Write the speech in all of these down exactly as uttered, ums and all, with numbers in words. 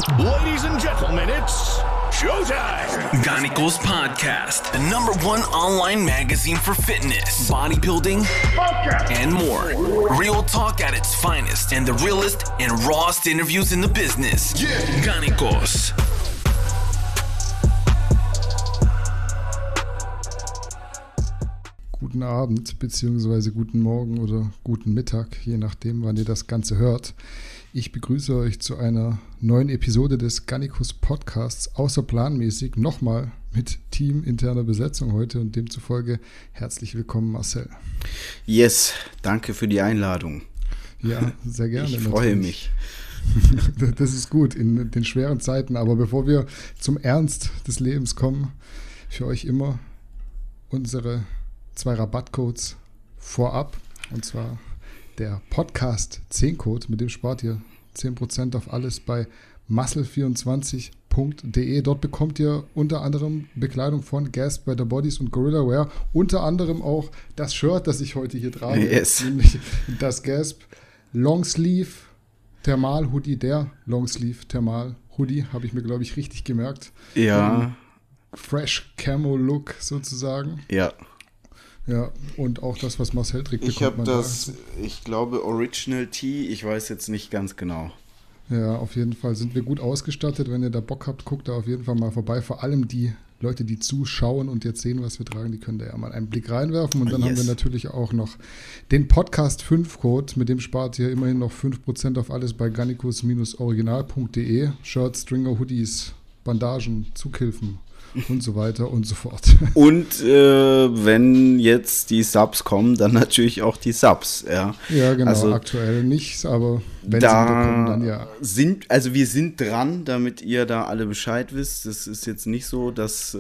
Ladies and gentlemen, it's showtime! Ganikos Podcast, the number one online magazine for fitness, bodybuilding, Podcast. and more. Real talk at its finest and the realest and rawest interviews in the business. Yeah. Ganikos. Guten Abend bzw. guten Morgen oder guten Mittag, je nachdem, wann ihr das Ganze hört. Ich begrüße euch zu einer neuen Episode des Ganikos Podcasts, außerplanmäßig, nochmal mit teaminterner Besetzung heute und demzufolge herzlich willkommen, Marcel. Yes, danke für die Einladung. Ja, sehr gerne. Ich freue natürlich. mich. Das ist gut in den schweren Zeiten, aber bevor wir zum Ernst des Lebens kommen, für euch immer unsere zwei Rabattcodes vorab, und zwar der Podcast zehn Code, mit dem spart ihr zehn Prozent auf alles bei muscle vierundzwanzig punkt de. Dort bekommt ihr unter anderem Bekleidung von Gasp, Better Bodies und Gorilla Wear, unter anderem auch das Shirt, das ich heute hier trage, yes. nämlich das Gasp Longsleeve Thermal Hoodie, der Longsleeve Thermal Hoodie, habe ich mir, glaube ich, richtig gemerkt. Ja. Um, Fresh Camo Look sozusagen. Ja. Ja, und auch das, was Marcel trägt, Ich bekommt habe man das, da. ich glaube, Original Tee, ich weiß jetzt nicht ganz genau. Ja, auf jeden Fall sind wir gut ausgestattet. Wenn ihr da Bock habt, guckt da auf jeden Fall mal vorbei. Vor allem die Leute, die zuschauen und jetzt sehen, was wir tragen, die können da ja mal einen Blick reinwerfen. Und dann Yes. haben wir natürlich auch noch den Podcast fünf Code, mit dem spart ihr immerhin noch fünf Prozent auf alles bei ganikos Original punkt de. Shirts, Stringer, Hoodies, Bandagen, Zughilfen und so weiter und so fort. Und äh, wenn jetzt die Subs kommen, dann natürlich auch die Subs, ja. Ja, genau, Also, aktuell nichts, aber wenn sie da wieder kommen, dann ja. sind, also wir sind dran, damit ihr da alle Bescheid wisst. Es ist jetzt nicht so, dass, äh,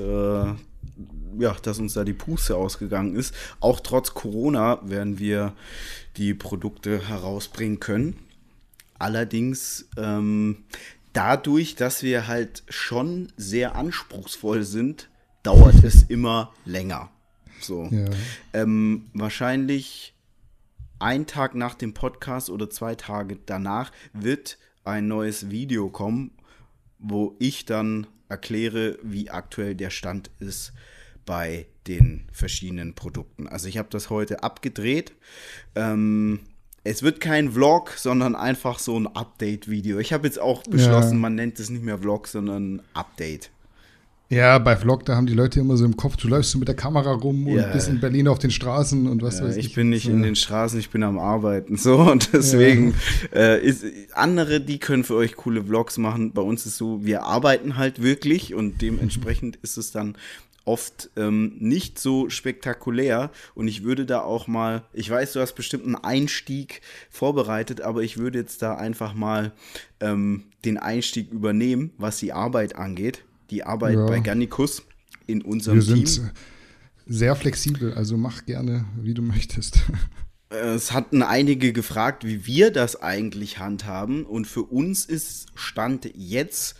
ja, dass uns da die Puste ausgegangen ist. Auch trotz Corona werden wir die Produkte herausbringen können. Allerdings, ähm, dadurch, dass wir halt schon sehr anspruchsvoll sind, dauert es immer länger. So. Ja. Ähm, wahrscheinlich ein Tag nach dem Podcast oder zwei Tage danach wird ein neues Video kommen, wo ich dann erkläre, wie aktuell der Stand ist bei den verschiedenen Produkten. Also ich habe das heute abgedreht. Ähm, Es wird kein Vlog, sondern einfach so ein Update-Video. Ich habe jetzt auch beschlossen, Ja. man nennt es nicht mehr Vlog, sondern Update. Ja, bei Vlog, da haben die Leute immer so im Kopf, du läufst so mit der Kamera rum Ja. und bist in Berlin auf den Straßen und was Ja, weiß ich. ich bin nicht Ja. in den Straßen, ich bin am Arbeiten. So, und deswegen äh, ist andere, die können für euch coole Vlogs machen. Bei uns ist so, wir arbeiten halt wirklich und dementsprechend ist es dann oft ähm, nicht so spektakulär und ich würde da auch mal, ich weiß, du hast bestimmt einen Einstieg vorbereitet, aber ich würde jetzt da einfach mal ähm, den Einstieg übernehmen, was die Arbeit angeht, die Arbeit Ja. bei Ganikos in unserem Wir Team. sind sehr flexibel, also mach gerne, wie du möchtest. Es hatten einige gefragt, wie wir das eigentlich handhaben und für uns ist Stand jetzt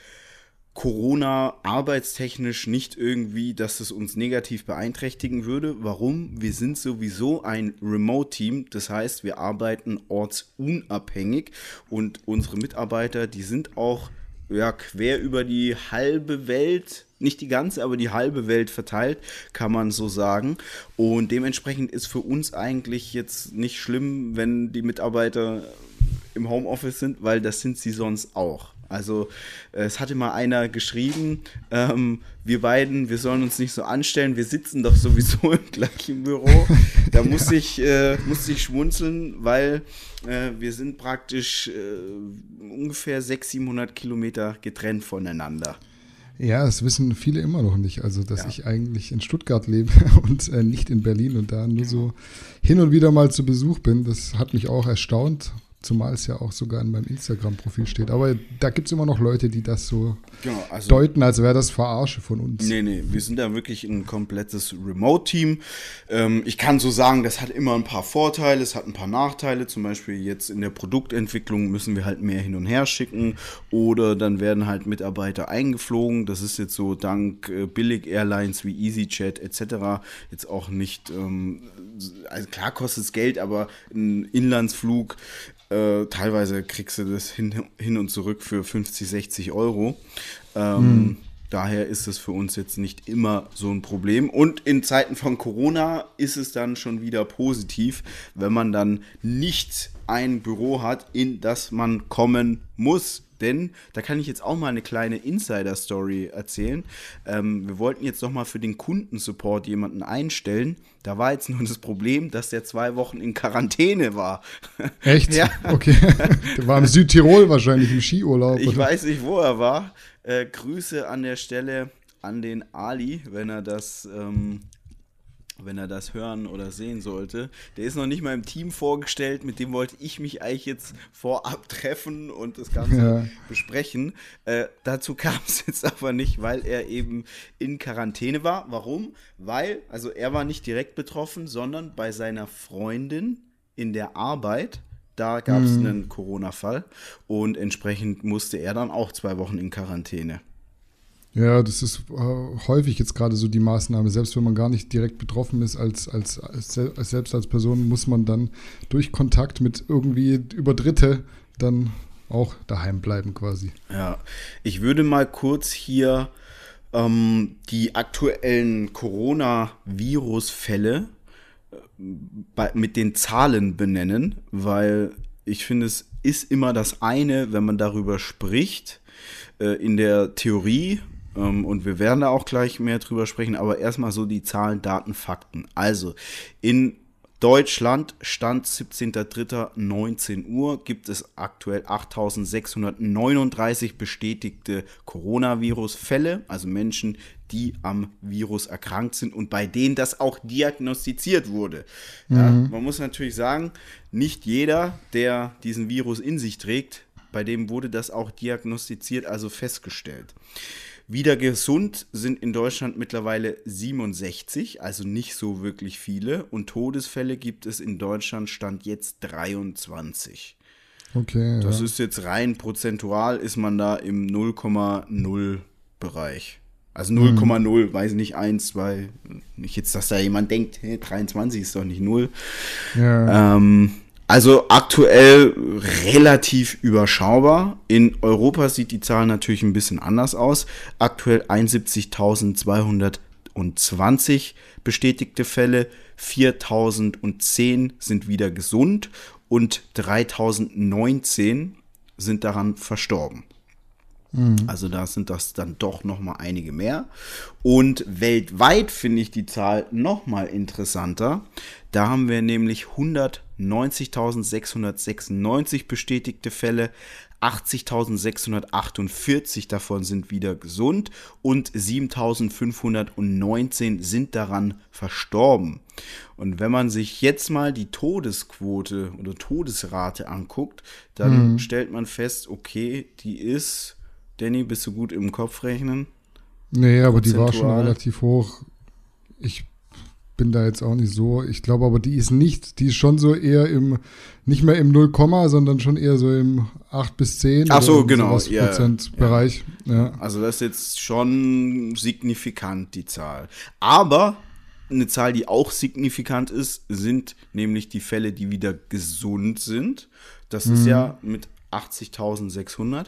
Corona arbeitstechnisch nicht irgendwie, dass es uns negativ beeinträchtigen würde. Warum? Wir sind sowieso ein Remote-Team, das heißt, wir arbeiten ortsunabhängig und unsere Mitarbeiter, die sind auch ja, quer über die halbe Welt, nicht die ganze, aber die halbe Welt verteilt, kann man so sagen. Und dementsprechend ist für uns eigentlich jetzt nicht schlimm, wenn die Mitarbeiter im Homeoffice sind, weil das sind sie sonst auch. Also es hatte mal einer geschrieben, ähm, wir beiden, wir sollen uns nicht so anstellen, wir sitzen doch sowieso im gleichen Büro. Da muss ich, äh, muss ich schmunzeln, weil äh, wir sind praktisch äh, ungefähr sechshundert, siebenhundert Kilometer getrennt voneinander. Ja, das wissen viele immer noch nicht, also dass Ja. ich eigentlich in Stuttgart lebe und äh, nicht in Berlin und da nur so hin und wieder mal zu Besuch bin. Das hat mich auch erstaunt. Zumal es ja auch sogar in meinem Instagram-Profil steht. Aber da gibt es immer noch Leute, die das so Genau, also deuten, als wäre das Verarsche von uns. Nee, nee, wir sind da wirklich ein komplettes Remote-Team. Ähm, ich kann so sagen, das hat immer ein paar Vorteile, es hat ein paar Nachteile. Zum Beispiel jetzt in der Produktentwicklung müssen wir halt mehr hin und her schicken oder dann werden halt Mitarbeiter eingeflogen. Das ist jetzt so dank äh, Billig-Airlines wie EasyJet et cetera jetzt auch nicht, ähm, also klar kostet es Geld, aber ein Inlandsflug Äh, teilweise kriegst du das hin, hin und zurück für fünfzig, sechzig Euro. Ähm, mhm. Daher ist es für uns jetzt nicht immer so ein Problem. Und in Zeiten von Corona ist es dann schon wieder positiv, wenn man dann nicht ein Büro hat, in das man kommen muss. Denn da kann ich jetzt auch mal eine kleine Insider-Story erzählen. Ähm, wir wollten jetzt noch mal für den Kundensupport jemanden einstellen. Da war jetzt nur das Problem, dass der zwei Wochen in Quarantäne war. Echt? Ja. Okay. Der war im Südtirol wahrscheinlich im Skiurlaub. Ich oder? weiß nicht, wo er war. Äh, Grüße an der Stelle an den Ali, wenn er das... Ähm, wenn er das hören oder sehen sollte. Der ist noch nicht mal im Team vorgestellt, mit dem wollte ich mich eigentlich jetzt vorab treffen und das Ganze ja. besprechen. Äh, dazu kam es jetzt aber nicht, weil er eben in Quarantäne war. Warum? Weil, also er war nicht direkt betroffen, sondern bei seiner Freundin in der Arbeit, da gab es mhm. einen Corona-Fall und entsprechend musste er dann auch zwei Wochen in Quarantäne. Ja, das ist äh, häufig jetzt gerade so die Maßnahme. Selbst wenn man gar nicht direkt betroffen ist, als, als, als, als selbst als Person, muss man dann durch Kontakt mit irgendwie über Dritte dann auch daheim bleiben quasi. Ja, ich würde mal kurz hier ähm, die aktuellen Corona-Virus-Fälle äh, bei, mit den Zahlen benennen, weil ich finde, es ist immer das eine, wenn man darüber spricht, äh, in der Theorie. Und wir werden da auch gleich mehr drüber sprechen, aber erstmal so die Zahlen, Daten, Fakten. Also in Deutschland, Stand siebzehnter dritter neunzehn Uhr, gibt es aktuell achttausendsechshundertneununddreißig bestätigte Coronavirus-Fälle, also Menschen, die am Virus erkrankt sind und bei denen das auch diagnostiziert wurde. Mhm. Ja, man muss natürlich sagen, nicht jeder, der diesen Virus in sich trägt, bei dem wurde das auch diagnostiziert, also festgestellt. Wieder gesund sind in Deutschland mittlerweile siebenundsechzig, also nicht so wirklich viele. Und Todesfälle gibt es in Deutschland Stand jetzt dreiundzwanzig. Okay. Das ja. ist jetzt rein prozentual, ist man da im null Komma null Bereich. Also null Komma null, mhm. weiß nicht, eins, zwei, nicht jetzt, dass da jemand denkt, hey, dreiundzwanzig ist doch nicht null. Ja. Ähm, Also aktuell relativ überschaubar. In Europa sieht die Zahl natürlich ein bisschen anders aus. Aktuell einundsiebzigtausendzweihundertzwanzig bestätigte Fälle, viertausendzehn sind wieder gesund und dreitausendneunzehn sind daran verstorben. Also da sind das dann doch noch mal einige mehr. Und weltweit finde ich die Zahl noch mal interessanter. Da haben wir nämlich hundertneunzigtausendsechshundertsechsundneunzig bestätigte Fälle, achtzigtausendsechshundertachtundvierzig davon sind wieder gesund und siebentausendfünfhundertneunzehn sind daran verstorben. Und wenn man sich jetzt mal die Todesquote oder Todesrate anguckt, dann mhm. stellt man fest, okay, die ist... Danny, bist du gut im Kopfrechnen? Nee, aber die war schon relativ hoch. Ich bin da jetzt auch nicht so. Ich glaube aber, die ist nicht, die ist schon so eher im, nicht mehr im null, sondern schon eher so im acht bis zehn. Ach so, genau. Ja, Prozentbereich. Ja. Ja. Also das ist jetzt schon signifikant, die Zahl. Aber eine Zahl, die auch signifikant ist, sind nämlich die Fälle, die wieder gesund sind. Das mhm. ist ja mit achtzigtausendsechshundert.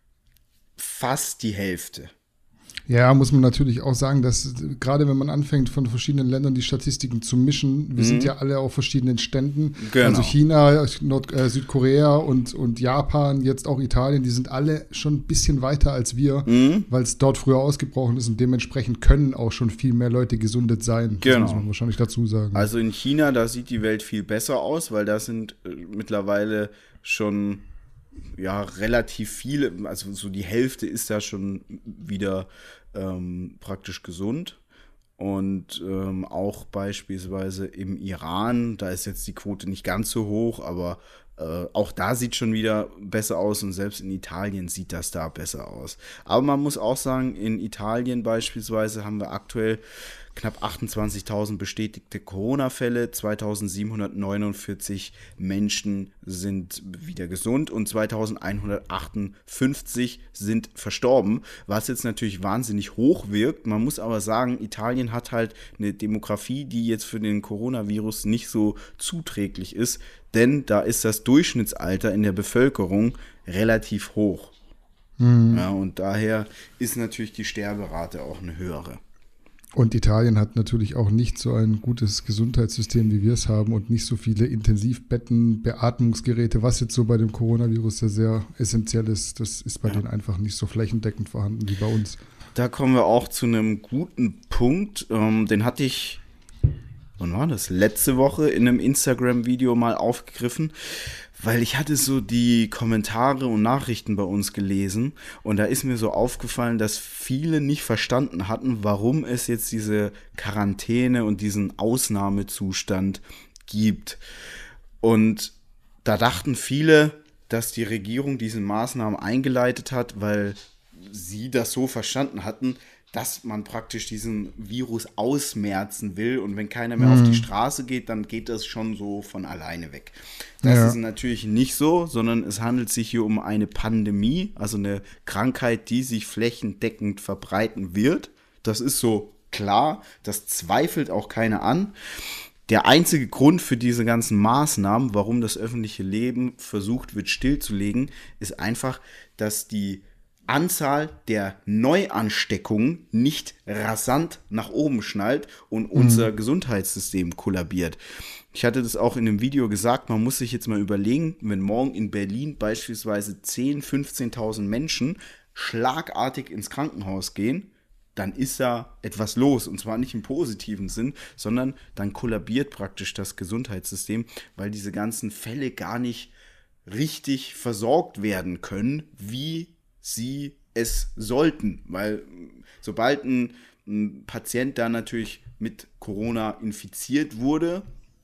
Fast die Hälfte. Ja, muss man natürlich auch sagen, dass gerade wenn man anfängt, von verschiedenen Ländern die Statistiken zu mischen, wir mhm. sind ja alle auf verschiedenen Ständen, genau. also China, Nord- äh, Südkorea und, und Japan, jetzt auch Italien, die sind alle schon ein bisschen weiter als wir, mhm. weil es dort früher ausgebrochen ist und dementsprechend können auch schon viel mehr Leute gesundet sein. Das genau. muss man wahrscheinlich dazu sagen. Also in China, da sieht die Welt viel besser aus, weil da sind äh, mittlerweile schon ja, relativ viele, also so die Hälfte ist da schon wieder ähm, praktisch gesund. Und ähm, auch beispielsweise im Iran, da ist jetzt die Quote nicht ganz so hoch, aber äh, auch da sieht schon wieder besser aus und selbst in Italien sieht das da besser aus. Aber man muss auch sagen, in Italien beispielsweise haben wir aktuell knapp achtundzwanzigtausend bestätigte Corona-Fälle, zweitausendsiebenhundertneunundvierzig Menschen sind wieder gesund und zweitausendeinhundertachtundfünfzig sind verstorben, was jetzt natürlich wahnsinnig hoch wirkt. Man muss aber sagen, Italien hat halt eine Demografie, die jetzt für den Coronavirus nicht so zuträglich ist. denn da ist das Durchschnittsalter in der Bevölkerung relativ hoch. Mhm. Ja, und daher ist natürlich die Sterberate auch eine höhere. Und Italien hat natürlich auch nicht so ein gutes Gesundheitssystem, wie wir es haben und nicht so viele Intensivbetten, Beatmungsgeräte, was jetzt so bei dem Coronavirus ja sehr essentiell ist. Das ist bei ja. denen einfach nicht so flächendeckend vorhanden wie bei uns. Da kommen wir auch zu einem guten Punkt. Ähm, den hatte ich, wann war das? Letzte Woche in einem Instagram-Video mal aufgegriffen. Weil ich hatte so die Kommentare und Nachrichten bei uns gelesen und da ist mir so aufgefallen, dass viele nicht verstanden hatten, warum es jetzt diese Quarantäne und diesen Ausnahmezustand gibt. Und da dachten viele, dass die Regierung diese Maßnahmen eingeleitet hat, weil sie das so verstanden hatten, dass man praktisch diesen Virus ausmerzen will und wenn keiner mehr mhm. auf die Straße geht, dann geht das schon so von alleine weg. Das ja. ist natürlich nicht so, sondern es handelt sich hier um eine Pandemie, also eine Krankheit, die sich flächendeckend verbreiten wird. Das ist so klar, das zweifelt auch keiner an. Der einzige Grund für diese ganzen Maßnahmen, warum das öffentliche Leben versucht wird stillzulegen, ist einfach, dass die Anzahl der Neuansteckungen nicht rasant nach oben schnallt und unser mhm. Gesundheitssystem kollabiert. Ich hatte das auch in einem Video gesagt, man muss sich jetzt mal überlegen, wenn morgen in Berlin beispielsweise zehntausend, fünfzehntausend Menschen schlagartig ins Krankenhaus gehen, dann ist da etwas los. Und zwar nicht im positiven Sinn, sondern dann kollabiert praktisch das Gesundheitssystem, weil diese ganzen Fälle gar nicht richtig versorgt werden können, wie sie es sollten, weil sobald ein, ein Patient da natürlich mit Corona infiziert wurde,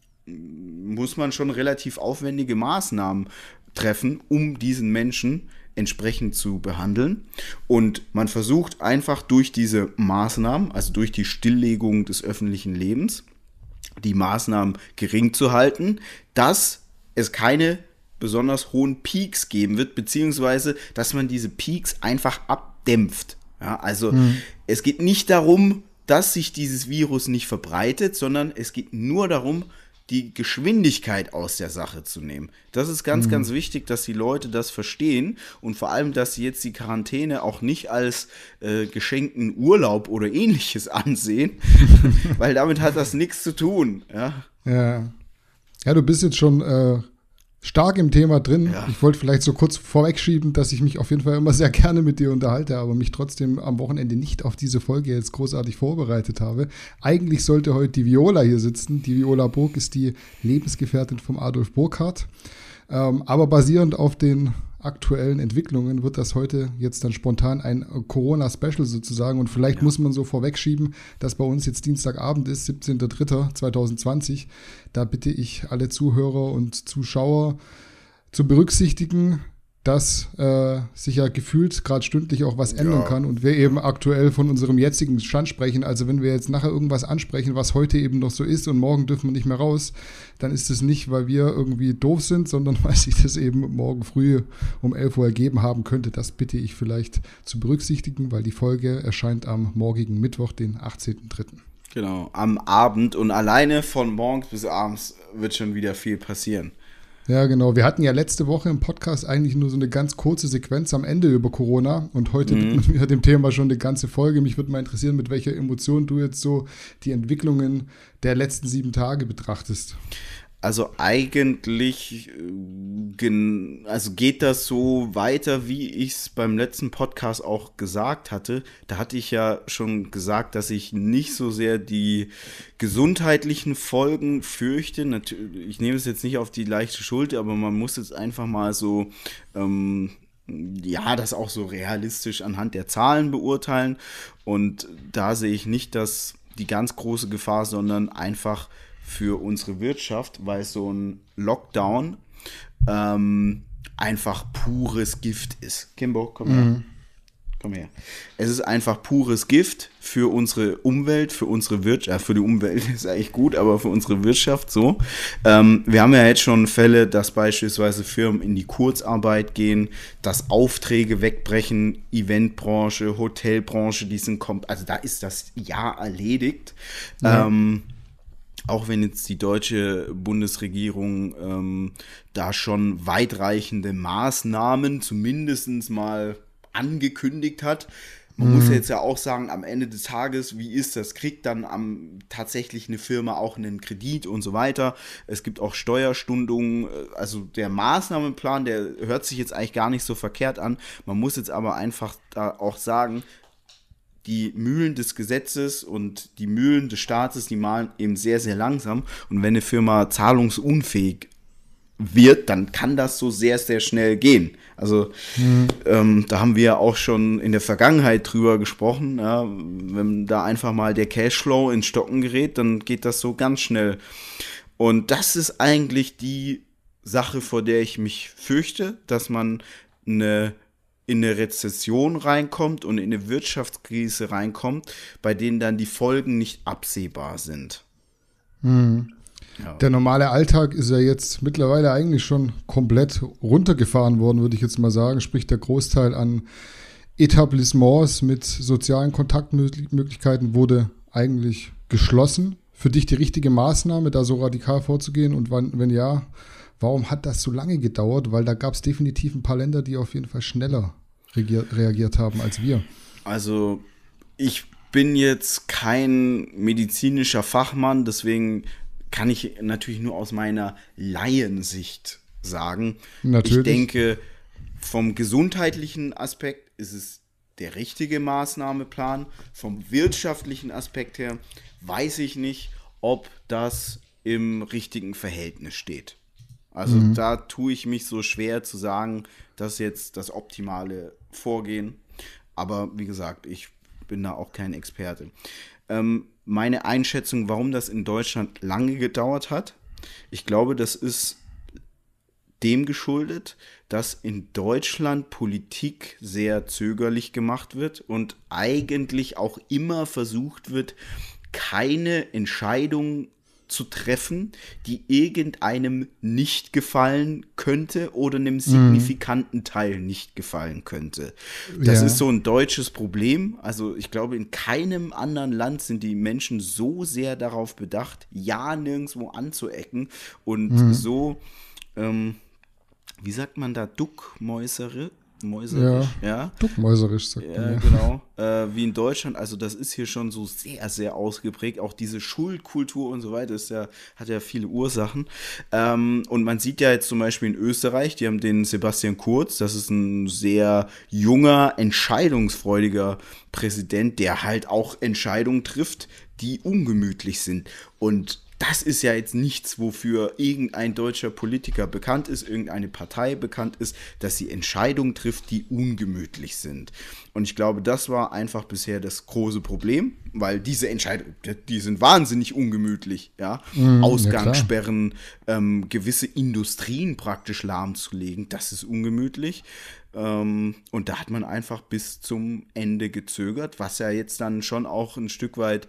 muss man schon relativ aufwendige Maßnahmen treffen, um diesen Menschen entsprechend zu behandeln. Und man versucht einfach durch diese Maßnahmen, also durch die Stilllegung des öffentlichen Lebens, die Maßnahmen gering zu halten, dass es keine besonders hohen Peaks geben wird, beziehungsweise, dass man diese Peaks einfach abdämpft. Ja, also mhm. es geht nicht darum, dass sich dieses Virus nicht verbreitet, sondern es geht nur darum, die Geschwindigkeit aus der Sache zu nehmen. Das ist ganz, mhm. ganz wichtig, dass die Leute das verstehen und vor allem, dass sie jetzt die Quarantäne auch nicht als äh, geschenkten Urlaub oder ähnliches ansehen, weil damit hat das nichts zu tun. Ja, ja. ja du bist jetzt schon äh stark im Thema drin. Ja. Ich wollte vielleicht so kurz vorwegschieben, dass ich mich auf jeden Fall immer sehr gerne mit dir unterhalte, aber mich trotzdem am Wochenende nicht auf diese Folge jetzt großartig vorbereitet habe. Eigentlich sollte heute die Viola hier sitzen. Die Viola Burg ist die Lebensgefährtin vom Adolf Burkhardt. Ähm, aber basierend auf den aktuellen Entwicklungen wird das heute jetzt dann spontan ein Corona-Special sozusagen und vielleicht ja. muss man so vorwegschieben, dass bei uns jetzt Dienstagabend ist, siebzehnter dritter zweitausendzwanzig. Da bitte ich alle Zuhörer und Zuschauer zu berücksichtigen, dass äh, sich ja gefühlt gerade stündlich auch was ändern ja. kann und wir eben aktuell von unserem jetzigen Stand sprechen. Also wenn wir jetzt nachher irgendwas ansprechen, was heute eben noch so ist und morgen dürfen wir nicht mehr raus, dann ist es nicht, weil wir irgendwie doof sind, sondern weil sich das eben morgen früh um elf Uhr ergeben haben könnte. Das bitte ich vielleicht zu berücksichtigen, weil die Folge erscheint am morgigen Mittwoch, den achtzehnten dritten Genau, am Abend und alleine von morgens bis abends wird schon wieder viel passieren. Ja, genau. Wir hatten ja letzte Woche im Podcast eigentlich nur so eine ganz kurze Sequenz am Ende über Corona und heute mhm. widmen wir dem Thema schon eine ganze Folge. Mich würde mal interessieren, mit welcher Emotion du jetzt so die Entwicklungen der letzten sieben Tage betrachtest. Also eigentlich also geht das so weiter, wie ich es beim letzten Podcast auch gesagt hatte. Da hatte ich ja schon gesagt, dass ich nicht so sehr die gesundheitlichen Folgen fürchte. Natürlich, ich nehme es jetzt nicht auf die leichte Schulter, aber man muss jetzt einfach mal so, ähm, ja, das auch so realistisch anhand der Zahlen beurteilen. Und da sehe ich nicht das, die ganz große Gefahr, sondern einfach für unsere Wirtschaft, weil so ein Lockdown ähm, einfach pures Gift ist. Kimbo, komm her. Mhm. Komm her. Es ist einfach pures Gift für unsere Umwelt, für unsere Wirtschaft. Für die Umwelt ist eigentlich gut, aber für unsere Wirtschaft so. Ähm, wir haben ja jetzt schon Fälle, dass beispielsweise Firmen in die Kurzarbeit gehen, dass Aufträge wegbrechen, Eventbranche, Hotelbranche, die sind kommt. Also da ist das Jahr erledigt. Ja. Ähm, auch wenn jetzt die deutsche Bundesregierung ähm, da schon weitreichende Maßnahmen zumindest mal angekündigt hat. Man mhm. muss jetzt ja auch sagen, am Ende des Tages, wie ist das? Kriegt dann am, tatsächlich eine Firma auch einen Kredit und so weiter? Es gibt auch Steuerstundungen. Also der Maßnahmenplan, der hört sich jetzt eigentlich gar nicht so verkehrt an. Man muss jetzt aber einfach da auch sagen, die Mühlen des Gesetzes und die Mühlen des Staates, die malen eben sehr, sehr langsam. Und wenn eine Firma zahlungsunfähig wird, dann kann das so sehr, sehr schnell gehen. Also mhm. ähm, da haben wir ja auch schon in der Vergangenheit drüber gesprochen. Ja, wenn da einfach mal der Cashflow ins Stocken gerät, dann geht das so ganz schnell. Und das ist eigentlich die Sache, vor der ich mich fürchte, dass man eine in eine Rezession reinkommt und in eine Wirtschaftskrise reinkommt, bei denen dann die Folgen nicht absehbar sind. Mhm. Ja. Der normale Alltag ist ja jetzt mittlerweile eigentlich schon komplett runtergefahren worden, würde ich jetzt mal sagen. Sprich, der Großteil an Etablissements mit sozialen Kontaktmöglichkeiten wurde eigentlich geschlossen. Für dich die richtige Maßnahme, da so radikal vorzugehen? Und wann, wenn ja, warum hat das so lange gedauert? Weil da gab es definitiv ein paar Länder, die auf jeden Fall schneller reagiert, reagiert haben als wir. Also ich bin jetzt kein medizinischer Fachmann, deswegen kann ich natürlich nur aus meiner Laiensicht sagen. Natürlich. Ich denke, vom gesundheitlichen Aspekt ist es der richtige Maßnahmeplan. Vom wirtschaftlichen Aspekt her weiß ich nicht, ob das im richtigen Verhältnis steht. Also mhm. da tue ich mich so schwer zu sagen, das ist jetzt das optimale Vorgehen. Aber wie gesagt, ich bin da auch kein Experte. Ähm, meine Einschätzung, warum das in Deutschland lange gedauert hat, ich glaube, das ist dem geschuldet, dass in Deutschland Politik sehr zögerlich gemacht wird und eigentlich auch immer versucht wird, keine Entscheidung zu treffen, die irgendeinem nicht gefallen könnte oder einem signifikanten Teil nicht gefallen könnte. Das ja. ist so ein deutsches Problem. Also ich glaube, in keinem anderen Land sind die Menschen so sehr darauf bedacht, ja nirgendwo anzuecken und mhm. so, ähm, wie sagt man da, duckmäuserisch? Mäuserisch, ja. ja. Duckmäuserisch, sagt ja, man. Ja, genau. Äh, wie in Deutschland, also das ist hier schon so sehr, sehr ausgeprägt. Auch diese Schuldkultur und so weiter ist ja, hat ja viele Ursachen. Ähm, und man sieht ja jetzt zum Beispiel in Österreich, die haben den Sebastian Kurz, das ist ein sehr junger, entscheidungsfreudiger Präsident, der halt auch Entscheidungen trifft, die ungemütlich sind. Und das ist ja jetzt nichts, wofür irgendein deutscher Politiker bekannt ist, irgendeine Partei bekannt ist, dass sie Entscheidungen trifft, die ungemütlich sind. Und ich glaube, das war einfach bisher das große Problem, weil diese Entscheidungen, die sind wahnsinnig ungemütlich, ja. Mm, Ausgangssperren, ja ähm, gewisse Industrien praktisch lahmzulegen, das ist ungemütlich. Ähm, und da hat man einfach bis zum Ende gezögert, was ja jetzt dann schon auch ein Stück weit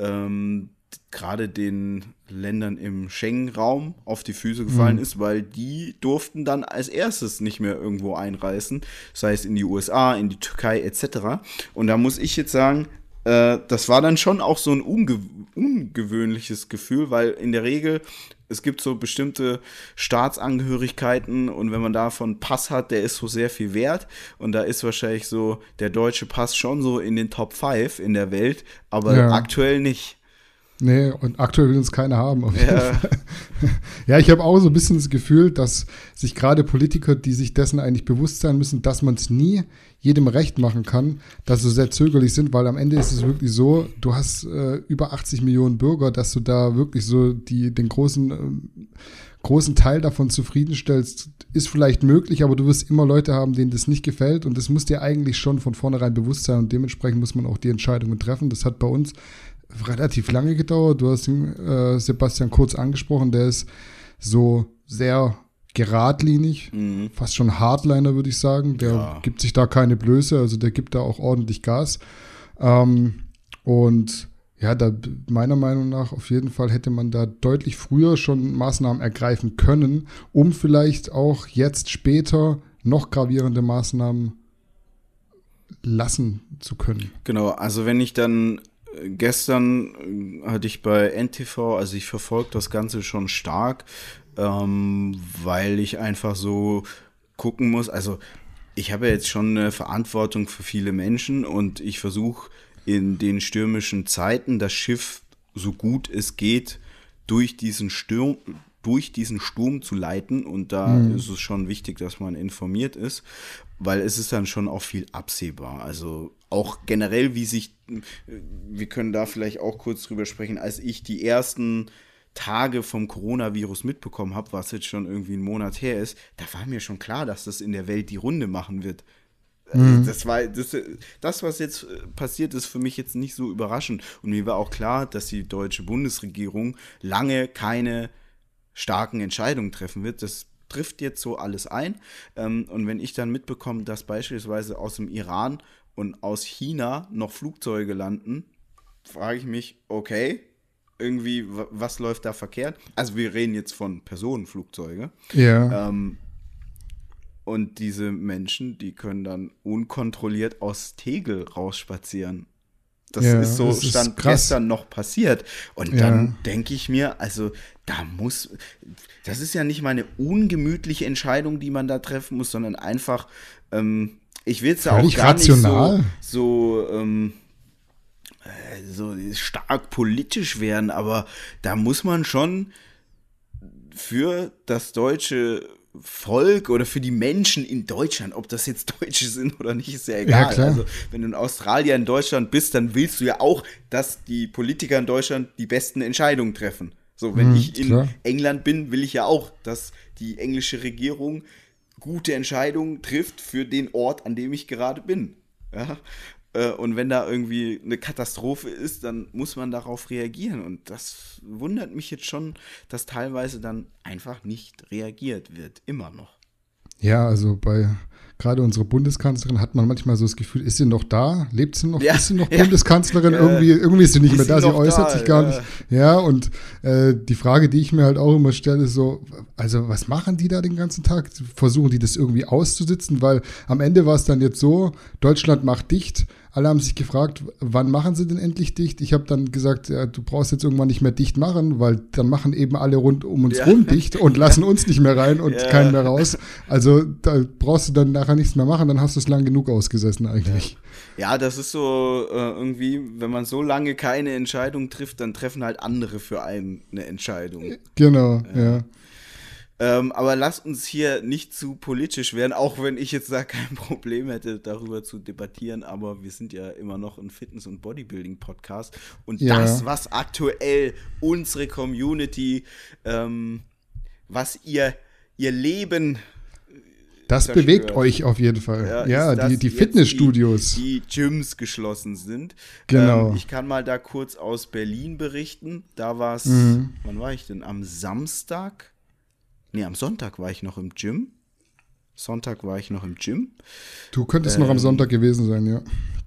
ähm, gerade den Ländern im Schengen-Raum auf die Füße gefallen mhm. ist, weil die durften dann als erstes nicht mehr irgendwo einreisen, sei es in die U S A, in die Türkei et cetera. Und da muss ich jetzt sagen, äh, das war dann schon auch so ein unge- ungewöhnliches Gefühl, weil in der Regel, es gibt so bestimmte Staatsangehörigkeiten und wenn man davon einen Pass hat, der ist so sehr viel wert und da ist wahrscheinlich so der deutsche Pass schon so in den Top fünf in der Welt, aber ja. aktuell nicht. Nee, und aktuell will uns keiner haben. Auf jeden Ja. Fall. Ja, ich habe auch so ein bisschen das Gefühl, dass sich gerade Politiker, die sich dessen eigentlich bewusst sein müssen, dass man es nie jedem recht machen kann, dass sie sehr zögerlich sind, weil am Ende ist es wirklich so, du hast äh, über achtzig Millionen Bürger, dass du da wirklich so die, den großen, äh, großen Teil davon zufriedenstellst, ist vielleicht möglich, aber du wirst immer Leute haben, denen das nicht gefällt und das muss dir eigentlich schon von vornherein bewusst sein und dementsprechend muss man auch die Entscheidungen treffen. Das hat bei uns relativ lange gedauert. Du hast ihn, äh, Sebastian Kurz angesprochen, der ist so sehr geradlinig, mhm. fast schon Hardliner, würde ich sagen. Der ja. gibt sich da keine Blöße, also der gibt da auch ordentlich Gas. Ähm, und ja, da meiner Meinung nach auf jeden Fall hätte man da deutlich früher schon Maßnahmen ergreifen können, um vielleicht auch jetzt später noch gravierende Maßnahmen lassen zu können. Genau, also wenn ich dann gestern hatte ich bei N T V, also ich verfolge das Ganze schon stark, ähm, weil ich einfach so gucken muss, also ich habe ja jetzt schon eine Verantwortung für viele Menschen und ich versuche in den stürmischen Zeiten das Schiff so gut es geht durch diesen Sturm, durch diesen Sturm zu leiten und da mhm. ist es schon wichtig, dass man informiert ist, weil es ist dann schon auch viel absehbar. Also auch generell, wie sich, wir können da vielleicht auch kurz drüber sprechen, als ich die ersten Tage vom Coronavirus mitbekommen habe, was jetzt schon irgendwie ein Monat her ist, da war mir schon klar, dass das in der Welt die Runde machen wird. Mhm. Das war das, das, was jetzt passiert ist, für mich jetzt nicht so überraschend. Und mir war auch klar, dass die deutsche Bundesregierung lange keine starken Entscheidungen treffen wird. Das trifft jetzt so alles ein. Und wenn ich dann mitbekomme, dass beispielsweise aus dem Iran und aus China noch Flugzeuge landen, frage ich mich, okay, irgendwie, was läuft da verkehrt? Also wir reden jetzt von Personenflugzeuge. Ja. Ähm, und diese Menschen, die können dann unkontrolliert aus Tegel rausspazieren. Das ja, ist so, das ist stand krass. gestern noch passiert. Und Ja. dann denke ich mir, also da muss, das ist ja nicht mal eine ungemütliche Entscheidung, die man da treffen muss, sondern einfach, ähm, ich will es ja auch Völlig gar rational. nicht so, so ähm, so stark politisch werden, aber da muss man schon für das deutsche Volk oder für die Menschen in Deutschland, ob das jetzt Deutsche sind oder nicht, ist ja egal. Ja, klar. Also wenn du in Australien, in Deutschland bist, dann willst du ja auch, dass die Politiker in Deutschland die besten Entscheidungen treffen. So, wenn Mhm, ich in klar. England bin, will ich ja auch, dass die englische Regierung gute Entscheidungen trifft für den Ort, an dem ich gerade bin. Ja? Und wenn da irgendwie eine Katastrophe ist, dann muss man darauf reagieren. Und das wundert mich jetzt schon, dass teilweise dann einfach nicht reagiert wird. Immer noch. Ja, also bei gerade unserer Bundeskanzlerin hat man manchmal so das Gefühl, ist sie noch da? Lebt sie noch? Ja, ist sie noch ja, Bundeskanzlerin? ja. Irgendwie, irgendwie ist sie nicht Ist mehr sie da, sie noch äußert da? sich gar Ja. nicht. Ja, und äh, die Frage, die ich mir halt auch immer stelle, ist so, also was machen die da den ganzen Tag? Versuchen die das irgendwie auszusitzen? Weil am Ende war es dann jetzt so, Deutschland macht dicht. Alle haben sich gefragt, wann machen sie denn endlich dicht? Ich habe dann gesagt, ja, du brauchst jetzt irgendwann nicht mehr dicht machen, weil dann machen eben alle rund um uns Ja. rum dicht und lassen uns nicht mehr rein und Ja. keinen mehr raus. Also da brauchst du dann nachher nichts mehr machen, dann hast du es lang genug ausgesessen eigentlich. Ja, das ist so äh, irgendwie, wenn man so lange keine Entscheidung trifft, dann treffen halt andere für einen eine Entscheidung. Genau, ja. Ähm, aber lasst uns hier nicht zu politisch werden, auch wenn ich jetzt da kein Problem hätte, darüber zu debattieren, aber wir sind ja immer noch ein Fitness- und Bodybuilding-Podcast und Ja. das, was aktuell unsere Community, ähm, was ihr, ihr Leben Das zerstört. bewegt euch auf jeden Fall. Ja, ist, dass die, die jetzt Fitnessstudios. Die, die Gyms geschlossen sind. Genau. Ähm, ich kann mal da kurz aus Berlin berichten. Da war es, Mhm. wann war ich denn? Am Samstag? Nee, am Sonntag war ich noch im Gym. Sonntag war ich noch im Gym. Du könntest noch am ähm, Sonntag gewesen sein, ja.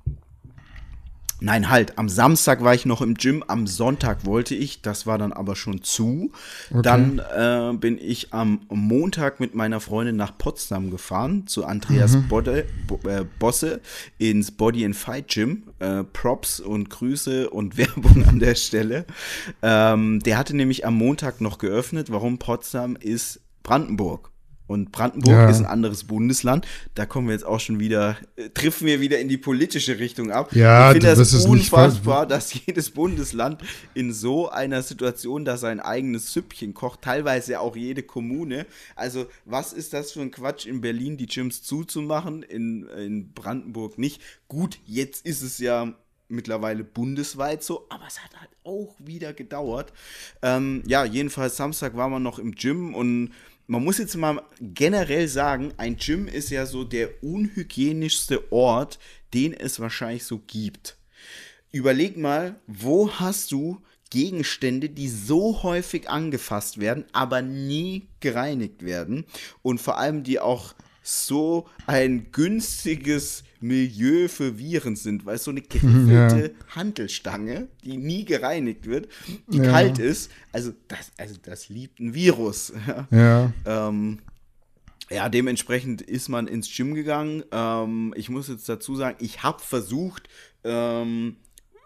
Nein, halt, am Samstag war ich noch im Gym, am Sonntag wollte ich, das war dann aber schon zu. Okay. Dann äh, bin ich am Montag mit meiner Freundin nach Potsdam gefahren, zu Andreas Mhm. Bodde, Bo, äh, Bosse ins Body and Fight Gym. Äh, Props und Grüße und Werbung an der Stelle. Ähm, der hatte nämlich am Montag noch geöffnet. Warum? Potsdam ist Brandenburg. Und Brandenburg Ja. ist ein anderes Bundesland. Da kommen wir jetzt auch schon wieder, äh, treffen wir wieder in die politische Richtung ab. Ja, ich finde das das ist nicht unfassbar, dass jedes Bundesland in so einer Situation, da sein eigenes Süppchen kocht, teilweise auch jede Kommune. Also was ist das für ein Quatsch, in Berlin die Gyms zuzumachen, in, in Brandenburg nicht? Gut, jetzt ist es ja mittlerweile bundesweit so, aber es hat halt auch wieder gedauert. Ähm, ja, jedenfalls Samstag war man noch im Gym und man muss jetzt mal generell sagen, ein Gym ist ja so der unhygienischste Ort, den es wahrscheinlich so gibt. Überleg mal, wo hast du Gegenstände, die so häufig angefasst werden, aber nie gereinigt werden und vor allem die auch so ein günstiges Milieu für Viren sind, weil es so eine geriffelte Ja. Hantelstange, die nie gereinigt wird, die Ja. kalt ist, also das, also das liebt ein Virus. Ja. Ähm, ja, dementsprechend ist man ins Gym gegangen. Ähm, ich muss jetzt dazu sagen, ich habe versucht, ähm,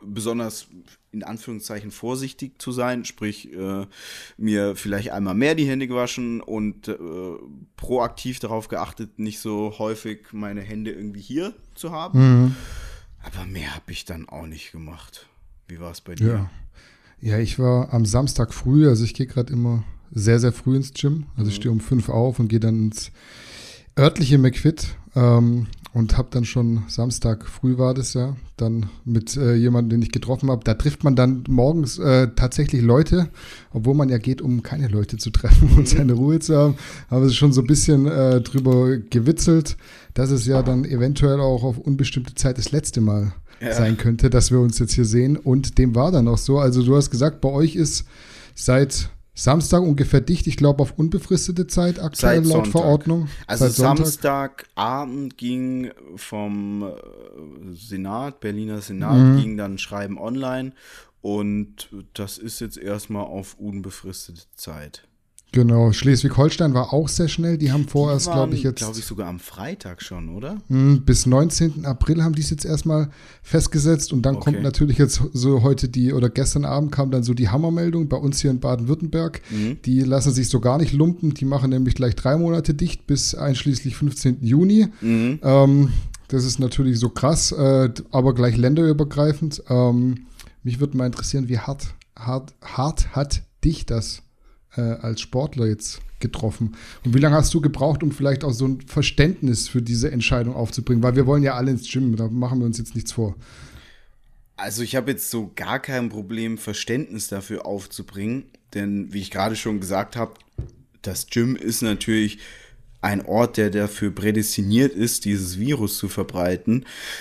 besonders in Anführungszeichen vorsichtig zu sein, sprich äh, mir vielleicht einmal mehr die Hände gewaschen und äh, proaktiv darauf geachtet, nicht so häufig meine Hände irgendwie hier zu haben. Mhm. Aber mehr habe ich dann auch nicht gemacht. Wie war es bei dir? Ja. ja, ich war am Samstag früh, also ich gehe gerade immer sehr, sehr früh ins Gym. Also mhm. ich stehe um fünf auf und gehe dann ins örtliche McFit ähm, und habe dann schon Samstag früh war das ja, dann mit äh, jemandem, den ich getroffen habe. Da trifft man dann morgens äh, tatsächlich Leute, obwohl man ja geht, um keine Leute zu treffen und seine Ruhe zu haben. Aber es ist schon so ein bisschen äh, drüber gewitzelt, dass es ja dann eventuell auch auf unbestimmte Zeit das letzte Mal ja. sein könnte, dass wir uns jetzt hier sehen. Und dem war dann auch so. Also du hast gesagt, bei euch ist seit Samstag ungefähr dicht, ich glaube auf unbefristete Zeit aktuell Seit laut Sonntag. Verordnung. Also Samstagabend ging vom Senat, Berliner Senat, mhm. ging dann Schreiben online und das ist jetzt erstmal auf unbefristete Zeit. Genau, Schleswig-Holstein war auch sehr schnell. Die haben vorerst, glaube ich, jetzt. glaube ich, sogar am Freitag schon, oder? Bis neunzehnten April haben die es jetzt erstmal festgesetzt. Und dann okay. kommt natürlich jetzt so heute die, oder gestern Abend kam dann so die Hammermeldung bei uns hier in Baden-Württemberg. Mhm. Die lassen sich so gar nicht lumpen. Die machen nämlich gleich drei Monate dicht bis einschließlich fünfzehnten Juni. Mhm. Ähm, das ist natürlich so krass, äh, aber gleich länderübergreifend. Ähm, mich würde mal interessieren, wie hart, hart, hart hat dich das als Sportler jetzt getroffen? Und wie lange hast du gebraucht, um vielleicht auch so ein Verständnis für diese Entscheidung aufzubringen? Weil wir wollen ja alle ins Gym, da machen wir uns jetzt nichts vor. Also ich habe jetzt so gar kein Problem, Verständnis dafür aufzubringen, denn wie ich gerade schon gesagt habe, das Gym ist natürlich ein Ort, der dafür prädestiniert ist, dieses Virus zu verbreiten.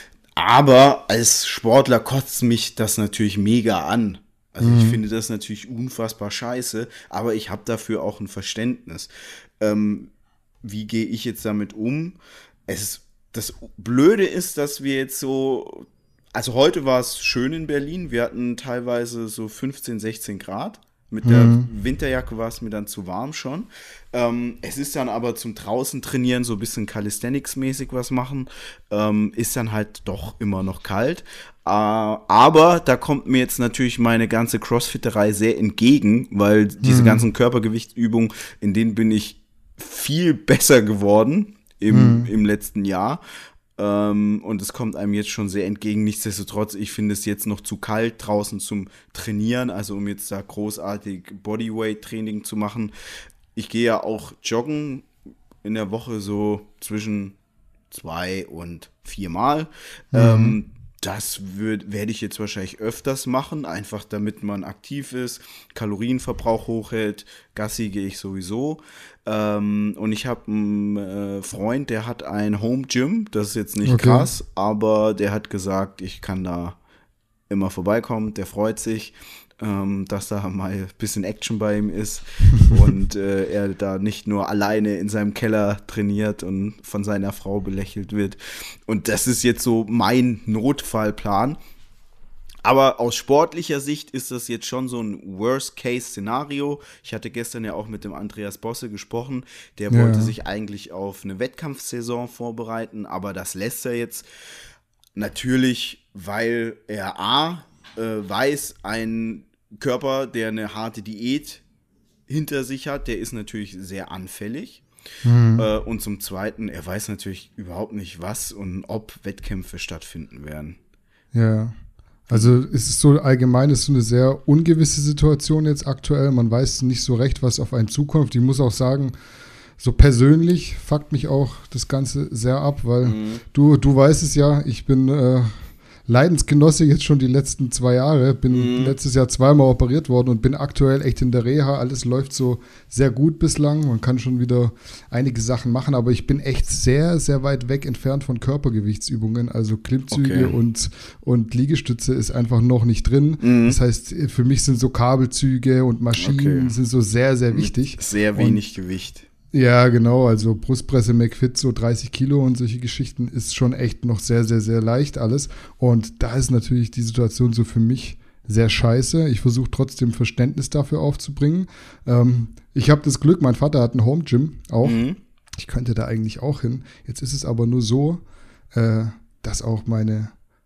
Aber als Sportler kotzt mich das natürlich mega an. Also ich mhm. finde das natürlich unfassbar scheiße, aber ich habe dafür auch ein Verständnis. Ähm, wie gehe ich jetzt damit um? Es, das Blöde ist, dass wir jetzt so, also heute war es schön in Berlin, wir hatten teilweise so fünfzehn, sechzehn Grad. Mit der mhm. Winterjacke war es mir dann zu warm schon. Ähm, es ist dann aber zum draußen trainieren, so ein bisschen Calisthenics-mäßig was machen, ähm, ist dann halt doch immer noch kalt. Äh, aber da kommt mir jetzt natürlich meine ganze Crossfitterei sehr entgegen, weil diese mhm. ganzen Körpergewichtsübungen, in denen bin ich viel besser geworden im, mhm. im letzten Jahr. Ähm, und es kommt einem jetzt schon sehr entgegen. Nichtsdestotrotz, ich finde es jetzt noch zu kalt draußen zum Trainieren, also um jetzt da großartig Bodyweight-Training zu machen. Ich gehe ja auch joggen in der Woche so zwischen zwei und viermal. Mhm. Ähm, das würd, werde ich jetzt wahrscheinlich öfters machen, einfach damit man aktiv ist, Kalorienverbrauch hochhält. Gassi gehe ich sowieso. Ähm, und ich habe einen äh, Freund, der hat ein Home Gym. Das ist jetzt nicht okay. krass, aber der hat gesagt, ich kann da immer vorbeikommen. Der freut sich, ähm, dass da mal ein bisschen Action bei ihm ist und äh, er da nicht nur alleine in seinem Keller trainiert und von seiner Frau belächelt wird. Und das ist jetzt so mein Notfallplan. Aber aus sportlicher Sicht ist das jetzt schon so ein Worst-Case-Szenario. Ich hatte gestern ja auch mit dem Andreas Bosse gesprochen. Der ja. wollte sich eigentlich auf eine Wettkampfsaison vorbereiten, aber das lässt er jetzt natürlich, weil er A, äh, weiß, ein Körper, der eine harte Diät hinter sich hat, der ist natürlich sehr anfällig. Mhm. Äh, und zum Zweiten, er weiß natürlich überhaupt nicht, was und ob Wettkämpfe stattfinden werden. Ja. Also es ist so allgemein, es ist so eine sehr ungewisse Situation jetzt aktuell. Man weiß nicht so recht, was auf einen zukommt. Ich muss auch sagen, so persönlich fuckt mich auch das Ganze sehr ab, weil mhm. du, du weißt es ja, ich bin äh, Leidensgenosse jetzt schon die letzten zwei Jahre, bin mhm. letztes Jahr zweimal operiert worden und bin aktuell echt in der Reha. Alles läuft so sehr gut bislang. Man kann schon wieder einige Sachen machen, aber ich bin echt sehr, sehr weit weg entfernt von Körpergewichtsübungen. Also Klimmzüge okay. und, und Liegestütze ist einfach noch nicht drin. Mhm. Das heißt, für mich sind so Kabelzüge und Maschinen okay. sind so sehr, sehr wichtig. Sehr wenig und Gewicht. Ja, genau, also Brustpresse McFit, so dreißig Kilo und solche Geschichten ist schon echt noch sehr, sehr, sehr leicht alles. Und da ist natürlich die Situation so für mich sehr scheiße. Ich versuche trotzdem Verständnis dafür aufzubringen. Ähm, ich habe das Glück, mein Vater hat ein Home Gym auch. Mhm. Ich könnte da eigentlich auch hin. Jetzt ist es aber nur so, äh, dass auch meine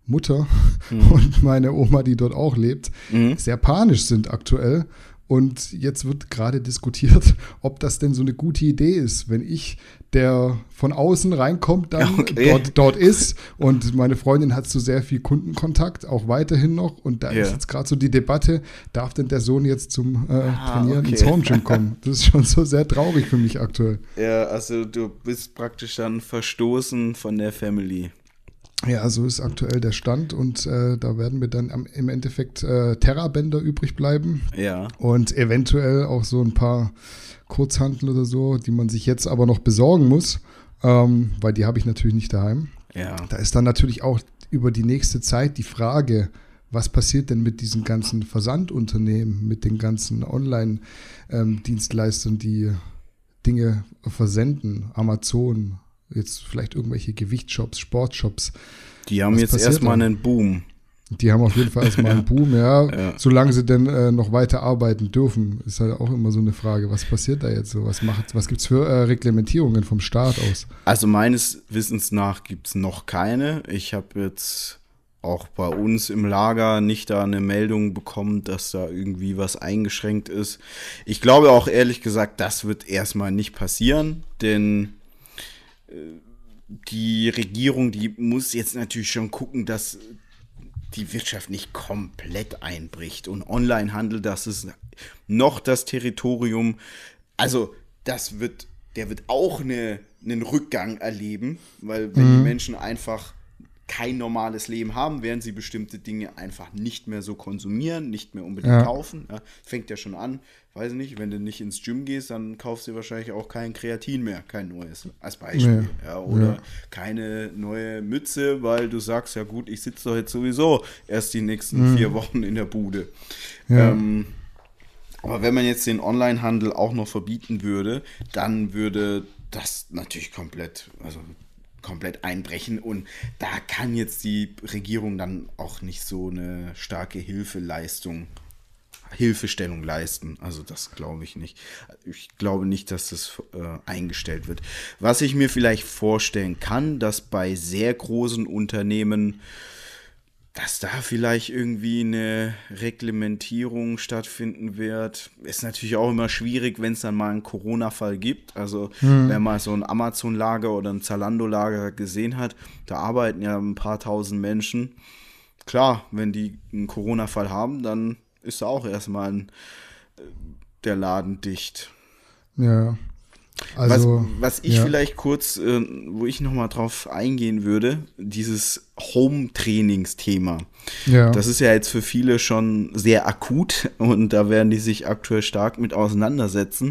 Mutter mhm. und meine Oma, die dort auch lebt, mhm. sehr panisch sind aktuell. Und jetzt wird gerade diskutiert, ob das denn so eine gute Idee ist, wenn ich, der von außen reinkommt, dann okay. dort, dort ist. Und meine Freundin hat so sehr viel Kundenkontakt, auch weiterhin noch. Und da yeah. ist jetzt gerade so die Debatte, darf denn der Sohn jetzt zum äh, ah, Trainieren okay. ins Home Gym kommen? Das ist schon so sehr traurig für mich aktuell. Ja, also du bist praktisch dann verstoßen von der Family. Ja, so ist aktuell der Stand und äh, da werden mir dann am, im Endeffekt äh, Terrabänder übrig bleiben. Ja. Und eventuell auch so ein paar Kurzhanteln oder so, die man sich jetzt aber noch besorgen muss, ähm, weil die habe ich natürlich nicht daheim. Ja. Da ist dann natürlich auch über die nächste Zeit die Frage, was passiert denn mit diesen ganzen Versandunternehmen, mit den ganzen Online-Dienstleistern, ähm, die Dinge versenden, Amazon, jetzt vielleicht irgendwelche Gewichtsshops, Sportshops. Die haben was jetzt erstmal einen Boom. Die haben auf jeden Fall erstmal einen Boom, ja. ja. Solange sie denn äh, noch weiter arbeiten dürfen, ist halt auch immer so eine Frage, was passiert da jetzt so? Was macht, was gibt es für äh, Reglementierungen vom Staat aus? Also meines Wissens nach gibt es noch keine. Ich habe jetzt auch bei uns im Lager nicht da eine Meldung bekommen, dass da irgendwie was eingeschränkt ist. Ich glaube auch ehrlich gesagt, das wird erstmal nicht passieren, denn die Regierung, die muss jetzt natürlich schon gucken, dass die Wirtschaft nicht komplett einbricht. Und Onlinehandel, das ist noch das Territorium. Also das wird, der wird auch eine, einen Rückgang erleben, weil wenn mhm. die Menschen einfach kein normales Leben haben, werden sie bestimmte Dinge einfach nicht mehr so konsumieren, nicht mehr unbedingt ja. kaufen. Ja, fängt ja schon an, weiß ich nicht, wenn du nicht ins Gym gehst, dann kaufst du wahrscheinlich auch kein Kreatin mehr, kein neues, als Beispiel. Ja. Ja, oder ja. keine neue Mütze, weil du sagst, ja gut, ich sitze doch jetzt sowieso erst die nächsten mhm. vier Wochen in der Bude. Ja. Ähm, aber wenn man jetzt den Onlinehandel auch noch verbieten würde, dann würde das natürlich komplett, also komplett einbrechen und da kann jetzt die Regierung dann auch nicht so eine starke Hilfeleistung, Hilfestellung leisten. Also das glaube ich nicht. Ich glaube nicht, dass das äh, eingestellt wird. Was ich mir vielleicht vorstellen kann, dass bei sehr großen Unternehmen, dass da vielleicht irgendwie eine Reglementierung stattfinden wird, ist natürlich auch immer schwierig, wenn es dann mal einen Corona-Fall gibt. Also hm. wenn man so ein Amazon-Lager oder ein Zalando-Lager gesehen hat, da arbeiten ja ein paar tausend Menschen. Klar, wenn die einen Corona-Fall haben, dann ist auch erstmal ein, der Laden dicht. Ja. Also, was, was ich ja. vielleicht kurz, äh, wo ich nochmal drauf eingehen würde, dieses Home-Trainingsthema. Ja. Das ist ja jetzt für viele schon sehr akut und da werden die sich aktuell stark mit auseinandersetzen.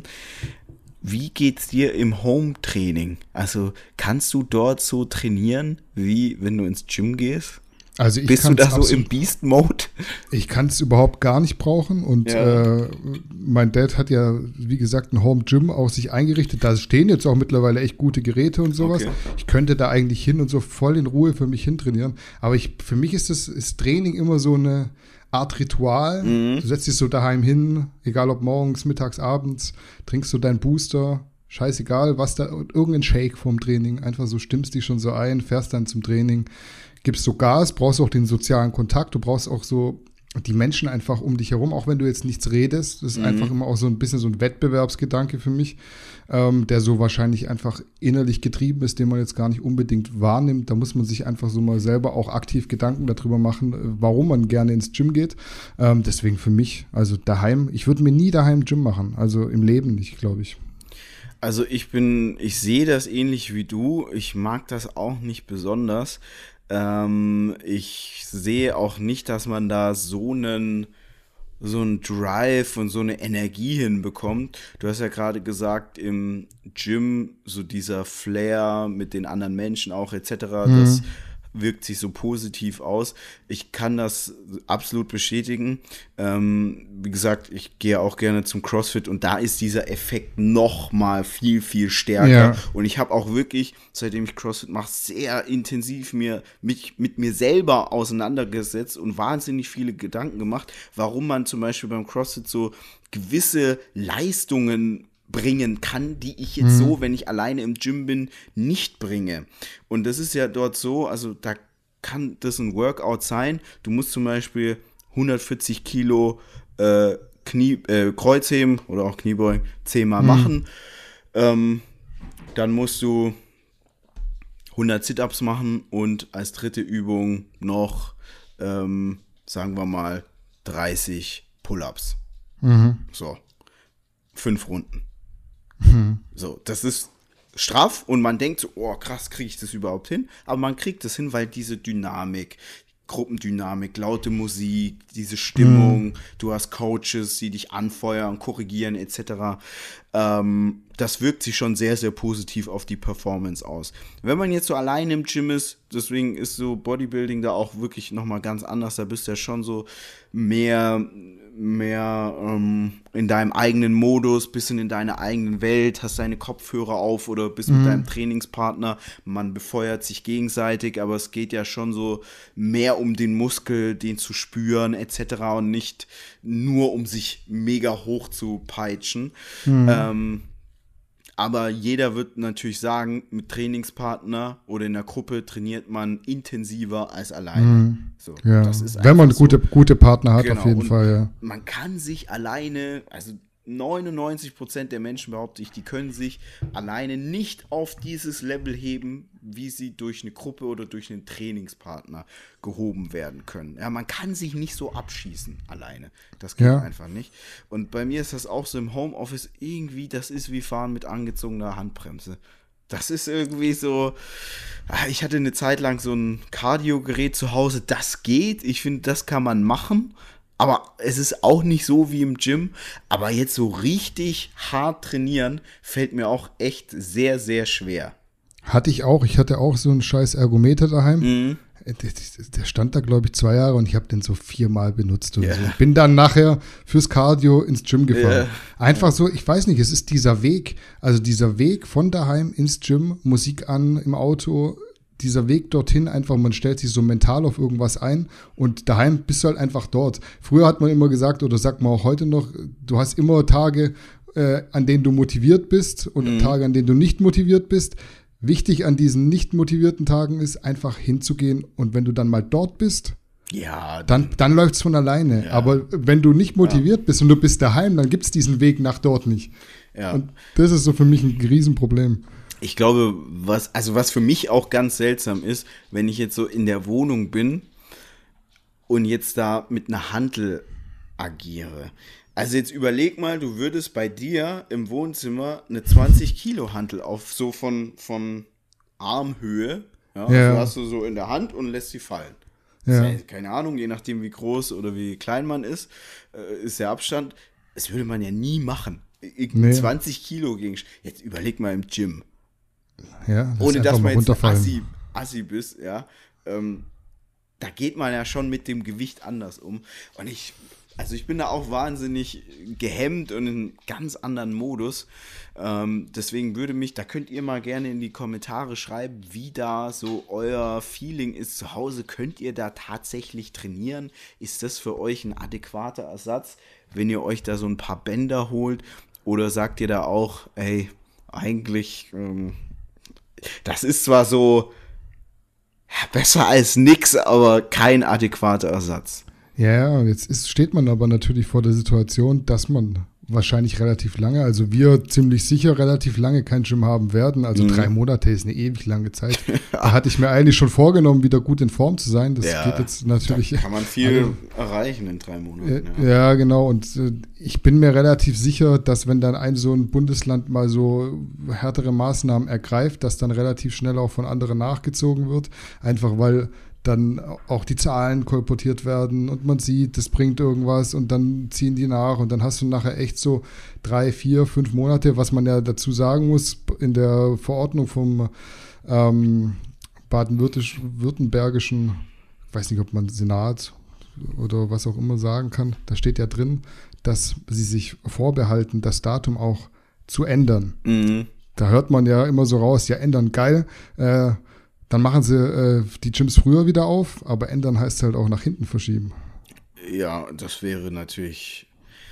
Wie geht's dir im Home-Training? Also kannst du dort so trainieren, wie wenn du ins Gym gehst? Also ich Bist du da so im Beast-Mode? Ich kann es überhaupt gar nicht brauchen und ja. äh, mein Dad hat ja, wie gesagt, ein Home-Gym auch sich eingerichtet. Da stehen jetzt auch mittlerweile echt gute Geräte und sowas. Okay. Ich könnte da eigentlich hin und so voll in Ruhe für mich hin trainieren. Aber ich, für mich ist das ist Training immer so eine Art Ritual. Mhm. Du setzt dich so daheim hin, egal ob morgens, mittags, abends, trinkst du deinen Booster, scheißegal, was da, irgendein Shake vorm Training. Einfach so stimmst dich schon so ein, fährst dann zum Training. Gibst so Gas, brauchst auch den sozialen Kontakt, du brauchst auch so die Menschen einfach um dich herum, auch wenn du jetzt nichts redest. Das ist mhm. einfach immer auch so ein bisschen so ein Wettbewerbsgedanke für mich, ähm, der so wahrscheinlich einfach innerlich getrieben ist, den man jetzt gar nicht unbedingt wahrnimmt. Da muss man sich einfach so mal selber auch aktiv Gedanken darüber machen, warum man gerne ins Gym geht. Ähm, deswegen für mich, also daheim, ich würde mir nie daheim Gym machen, also im Leben nicht, glaube ich. Also ich bin, ich sehe das ähnlich wie du, ich mag das auch nicht besonders. Ähm, ich sehe auch nicht, dass man da so einen so einen Drive und so eine Energie hinbekommt. Du hast ja gerade gesagt, im Gym so dieser Flair mit den anderen Menschen auch et cetera, mhm. das wirkt sich so positiv aus. Ich kann das absolut bestätigen. Ähm, wie gesagt, ich gehe auch gerne zum CrossFit und da ist dieser Effekt noch mal viel, viel stärker. Ja. Und ich habe auch wirklich, seitdem ich CrossFit mache, sehr intensiv mir mich mit mir selber auseinandergesetzt und wahnsinnig viele Gedanken gemacht, warum man zum Beispiel beim CrossFit so gewisse Leistungen bringen kann, die ich jetzt mhm. so, wenn ich alleine im Gym bin, nicht bringe. Und das ist ja dort so, also da kann das ein Workout sein. Du musst zum Beispiel hundertvierzig Kilo äh, Knie, äh, Kreuzheben oder auch Kniebeugen zehnmal mhm. machen. Ähm, dann musst du hundert Sit-Ups machen und als dritte Übung noch, ähm, sagen wir mal, dreißig Pull-Ups. Mhm. So, fünf Runden. Mhm. So, das ist straff und man denkt so, oh krass, kriege ich das überhaupt hin? Aber man kriegt das hin, weil diese Dynamik, Gruppendynamik, laute Musik, diese Stimmung, mhm. du hast Coaches, die dich anfeuern, korrigieren et cetera. Ähm, das wirkt sich schon sehr, sehr positiv auf die Performance aus. Wenn man jetzt so allein im Gym ist, deswegen ist so Bodybuilding da auch wirklich nochmal ganz anders, da bist du ja schon so mehr, mehr ähm, in deinem eigenen Modus, bisschen in deiner eigenen Welt, hast deine Kopfhörer auf oder bist mhm. mit deinem Trainingspartner, man befeuert sich gegenseitig, aber es geht ja schon so mehr um den Muskel, den zu spüren et cetera und nicht nur um sich mega hoch zu peitschen. Mhm. Ähm, aber jeder wird natürlich sagen, mit Trainingspartner oder in der Gruppe trainiert man intensiver als alleine. Mhm. So, ja. das ist wenn man gute, so. gute Partner hat, Genau. auf jeden Und Fall. Ja. Man kann sich alleine, also neunundneunzig Prozent der Menschen, behaupte ich, die können sich alleine nicht auf dieses Level heben, wie sie durch eine Gruppe oder durch einen Trainingspartner gehoben werden können. Ja, man kann sich nicht so abschießen alleine. Das geht ja. einfach nicht. Und bei mir ist das auch so im Homeoffice irgendwie, das ist wie Fahren mit angezogener Handbremse. Das ist irgendwie so, ich hatte eine Zeit lang so ein Cardio-Gerät zu Hause, das geht, ich finde, das kann man machen. Aber es ist auch nicht so wie im Gym. Aber jetzt so richtig hart trainieren, fällt mir auch echt sehr, sehr schwer. Hatte ich auch. Ich hatte auch so einen scheiß Ergometer daheim. Mhm. Der, der stand da, glaube ich, zwei Jahre und ich habe den so viermal benutzt. Und yeah. so. Bin dann nachher fürs Cardio ins Gym gefahren. Yeah. Einfach so, ich weiß nicht, es ist dieser Weg, also dieser Weg von daheim ins Gym, Musik an im Auto, dieser Weg dorthin einfach, man stellt sich so mental auf irgendwas ein und daheim bist du halt einfach dort. Früher hat man immer gesagt, oder sagt man auch heute noch, du hast immer Tage, äh, an denen du motiviert bist und mhm. Tage, an denen du nicht motiviert bist. Wichtig an diesen nicht motivierten Tagen ist, einfach hinzugehen und wenn du dann mal dort bist, ja, dann, dann läuft es von alleine. Ja. Aber wenn du nicht motiviert ja. bist und du bist daheim, dann gibt es diesen Weg nach dort nicht. Ja. Und das ist so für mich ein Riesenproblem. Ich glaube, was, also was für mich auch ganz seltsam ist, wenn ich jetzt so in der Wohnung bin und jetzt da mit einer Hantel agiere. Also jetzt überleg mal, du würdest bei dir im Wohnzimmer eine zwanzig Kilo Hantel auf so von, von Armhöhe, ja, ja. Also hast du so in der Hand und lässt sie fallen. Ja. Ja, keine Ahnung, je nachdem wie groß oder wie klein man ist, äh, ist der Abstand. Das würde man ja nie machen. Nee. zwanzig Kilo gegen, jetzt überleg mal im Gym. Ja, das ohne dass man jetzt Assi, Assi bist, ja, ähm, da geht man ja schon mit dem Gewicht anders um. Und ich, also ich bin da auch wahnsinnig gehemmt und in einem ganz anderen Modus. Ähm, deswegen würde mich, da könnt ihr mal gerne in die Kommentare schreiben, wie da so euer Feeling ist zu Hause. Könnt ihr da tatsächlich trainieren? Ist das für euch ein adäquater Ersatz, wenn ihr euch da so ein paar Bänder holt? Oder sagt ihr da auch, ey, eigentlich... Ähm, das ist zwar so ja, besser als nix, aber kein adäquater Ersatz. Ja, jetzt ist, steht man aber natürlich vor der Situation, dass man wahrscheinlich relativ lange, also wir ziemlich sicher relativ lange kein Gym haben werden. Also mhm. drei Monate ist eine ewig lange Zeit. Da hatte ich mir eigentlich schon vorgenommen, wieder gut in Form zu sein. Das ja, geht jetzt natürlich. Da kann man viel also, erreichen in drei Monaten. Ja, ja genau. Und äh, ich bin mir relativ sicher, dass wenn dann ein so ein Bundesland mal so härtere Maßnahmen ergreift, dass dann relativ schnell auch von anderen nachgezogen wird. Einfach weil dann auch die Zahlen kolportiert werden und man sieht, das bringt irgendwas und dann ziehen die nach und dann hast du nachher echt so drei, vier, fünf Monate, was man ja dazu sagen muss, in der Verordnung vom ähm, baden-württembergischen, ich weiß nicht, ob man Senat oder was auch immer sagen kann, da steht ja drin, dass sie sich vorbehalten, das Datum auch zu ändern. Mhm. Da hört man ja immer so raus, ja ändern, geil, äh, dann machen sie äh, die Gyms früher wieder auf, aber ändern heißt halt auch nach hinten verschieben. Ja, das wäre natürlich,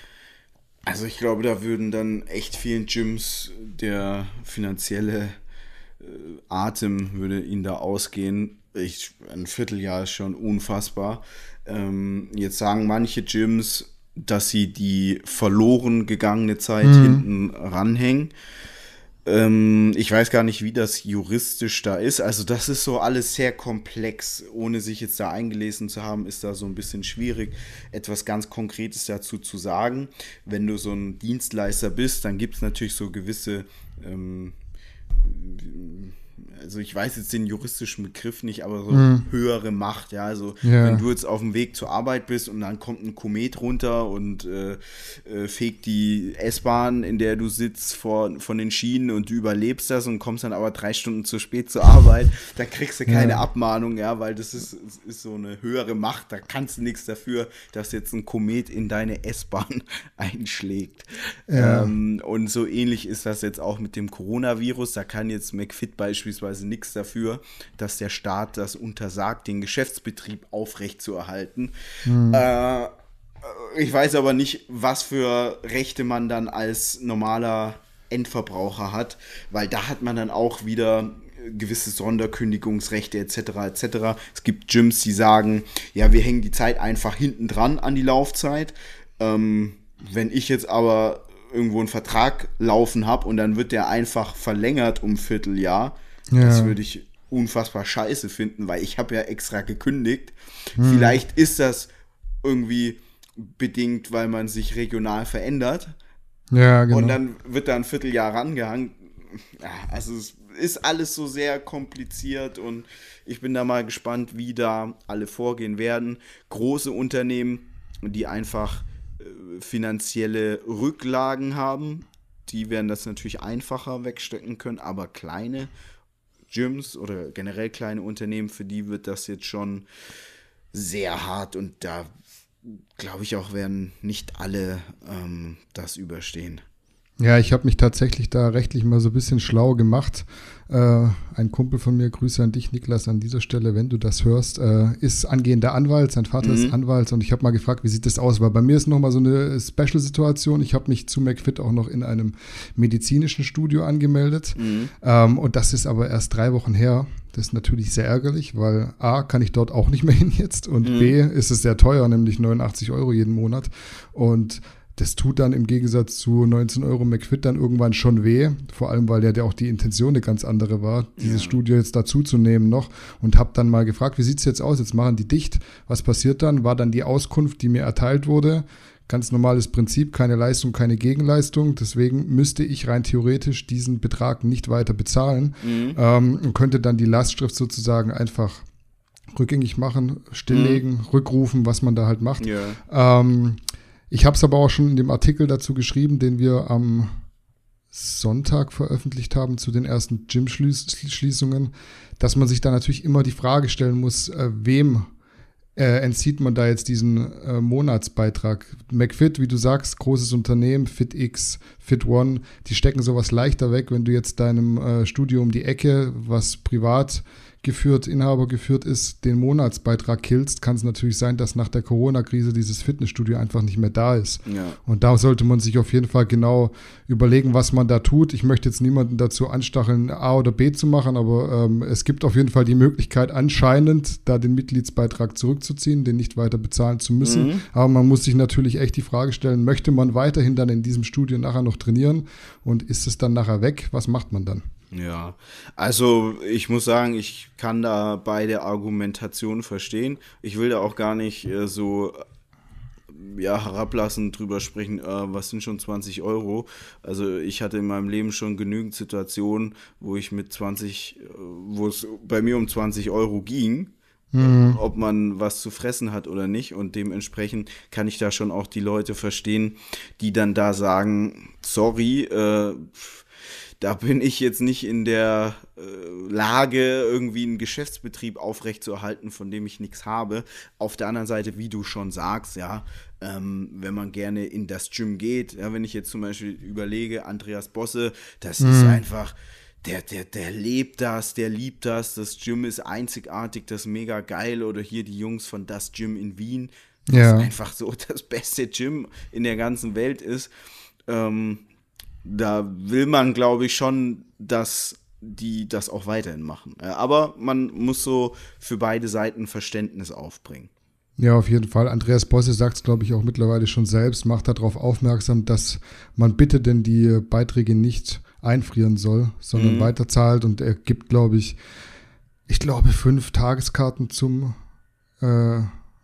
also ich glaube, da würden dann echt vielen Gyms der finanzielle äh, Atem würde ihnen da ausgehen, ich, ein Vierteljahr ist schon unfassbar. Ähm, jetzt sagen manche Gyms, dass sie die verloren gegangene Zeit mhm. hinten ranhängen. Ähm, ich weiß gar nicht, wie das juristisch da ist. Also das ist so alles sehr komplex. Ohne sich jetzt da eingelesen zu haben, ist da so ein bisschen schwierig, etwas ganz Konkretes dazu zu sagen. Wenn du so ein Dienstleister bist, dann gibt es natürlich so gewisse ähm, also ich weiß jetzt den juristischen Begriff nicht, aber so mm. höhere Macht, ja, also yeah. wenn du jetzt auf dem Weg zur Arbeit bist und dann kommt ein Komet runter und äh, äh, fegt die S-Bahn, in der du sitzt, vor, von den Schienen und du überlebst das und kommst dann aber drei Stunden zu spät zur Arbeit, da kriegst du keine yeah. Abmahnung, ja, weil das ist, ist so eine höhere Macht, da kannst du nichts dafür, dass jetzt ein Komet in deine S-Bahn einschlägt. Yeah. Ähm, und so ähnlich ist das jetzt auch mit dem Coronavirus, da kann jetzt McFit beispielsweise nichts dafür, dass der Staat das untersagt, den Geschäftsbetrieb aufrechtzuerhalten. Mhm. Äh, ich weiß aber nicht, was für Rechte man dann als normaler Endverbraucher hat, weil da hat man dann auch wieder gewisse Sonderkündigungsrechte et cetera et cetera. Es gibt Gyms, die sagen, ja, wir hängen die Zeit einfach hinten dran an die Laufzeit. Ähm, wenn ich jetzt aber irgendwo einen Vertrag laufen habe und dann wird der einfach verlängert um ein Vierteljahr, ja. Das würde ich unfassbar scheiße finden, weil ich habe ja extra gekündigt. Hm. Vielleicht ist das irgendwie bedingt, weil man sich regional verändert. Ja, genau. Und dann wird da ein Vierteljahr rangehangen. Ja, also es ist alles so sehr kompliziert und ich bin da mal gespannt, wie da alle vorgehen werden. Große Unternehmen, die einfach äh, finanzielle Rücklagen haben, die werden das natürlich einfacher wegstecken können, aber kleine Gyms oder generell kleine Unternehmen, für die wird das jetzt schon sehr hart und da glaube ich auch, werden nicht alle ähm, das überstehen. Ja, ich habe mich tatsächlich da rechtlich mal so ein bisschen schlau gemacht. Äh, ein Kumpel von mir, Grüße an dich, Niklas, an dieser Stelle, wenn du das hörst, äh, ist angehender Anwalt, sein Vater mhm. ist Anwalt und ich habe mal gefragt, wie sieht das aus? Weil bei mir ist nochmal so eine Special-Situation. Ich habe mich zu McFit auch noch in einem medizinischen Studio angemeldet mhm. ähm, und das ist aber erst drei Wochen her. Das ist natürlich sehr ärgerlich, weil A, kann ich dort auch nicht mehr hin jetzt und mhm. B, ist es sehr teuer, nämlich neunundachtzig Euro jeden Monat und das tut dann im Gegensatz zu neunzehn Euro McFit dann irgendwann schon weh, vor allem, weil ja auch die Intention eine ganz andere war, dieses ja. Studio jetzt dazu zu nehmen noch und habe dann mal gefragt, wie sieht es jetzt aus, jetzt machen die dicht, was passiert dann, war dann die Auskunft, die mir erteilt wurde, ganz normales Prinzip, keine Leistung, keine Gegenleistung, deswegen müsste ich rein theoretisch diesen Betrag nicht weiter bezahlen mhm. ähm, und könnte dann die Lastschrift sozusagen einfach rückgängig machen, stilllegen, mhm. rückrufen, was man da halt macht. Ja. Ähm, Ich habe es aber auch schon in dem Artikel dazu geschrieben, den wir am Sonntag veröffentlicht haben zu den ersten Gym-Schließungen, dass man sich da natürlich immer die Frage stellen muss, äh, wem äh, entzieht man da jetzt diesen äh, Monatsbeitrag? McFit, wie du sagst, großes Unternehmen, FitX, FitOne, die stecken sowas leichter weg, wenn du jetzt deinem äh, Studio um die Ecke, was privat geführt, Inhaber geführt ist, den Monatsbeitrag killst, kann es natürlich sein, dass nach der Corona-Krise dieses Fitnessstudio einfach nicht mehr da ist. Ja. Und da sollte man sich auf jeden Fall genau überlegen, was man da tut. Ich möchte jetzt niemanden dazu anstacheln, A oder B zu machen, aber ähm, es gibt auf jeden Fall die Möglichkeit, anscheinend da den Mitgliedsbeitrag zurückzuziehen, den nicht weiter bezahlen zu müssen. Mhm. Aber man muss sich natürlich echt die Frage stellen, möchte man weiterhin dann in diesem Studio nachher noch trainieren und ist es dann nachher weg? Was macht man dann? Ja, also ich muss sagen, ich kann da beide Argumentationen verstehen. Ich will da auch gar nicht äh, so ja, herablassend drüber sprechen, äh, was sind schon zwanzig Euro. Also ich hatte in meinem Leben schon genügend Situationen, wo ich mit zwanzig, äh, wo es bei mir um zwanzig Euro ging, mhm. äh, ob man was zu fressen hat oder nicht. Und dementsprechend kann ich da schon auch die Leute verstehen, die dann da sagen, sorry, äh, da bin ich jetzt nicht in der äh, Lage, irgendwie einen Geschäftsbetrieb aufrechtzuerhalten, von dem ich nichts habe. Auf der anderen Seite, wie du schon sagst, ja, ähm, wenn man gerne in das Gym geht, ja, wenn ich jetzt zum Beispiel überlege, Andreas Bosse, das mhm. ist einfach, der, der, der lebt das, der liebt das, das Gym ist einzigartig, das ist mega geil. Oder hier die Jungs von Das Gym in Wien, das ja. einfach so das beste Gym in der ganzen Welt ist. Ähm, Da will man, glaube ich, schon, dass die das auch weiterhin machen. Aber man muss so für beide Seiten Verständnis aufbringen. Ja, auf jeden Fall. Andreas Bosse sagt es, glaube ich, auch mittlerweile schon selbst, macht darauf aufmerksam, dass man bitte denn die Beiträge nicht einfrieren soll, sondern mhm. weiterzahlt. Und er gibt, glaube ich, ich glaube, fünf Tageskarten zum äh,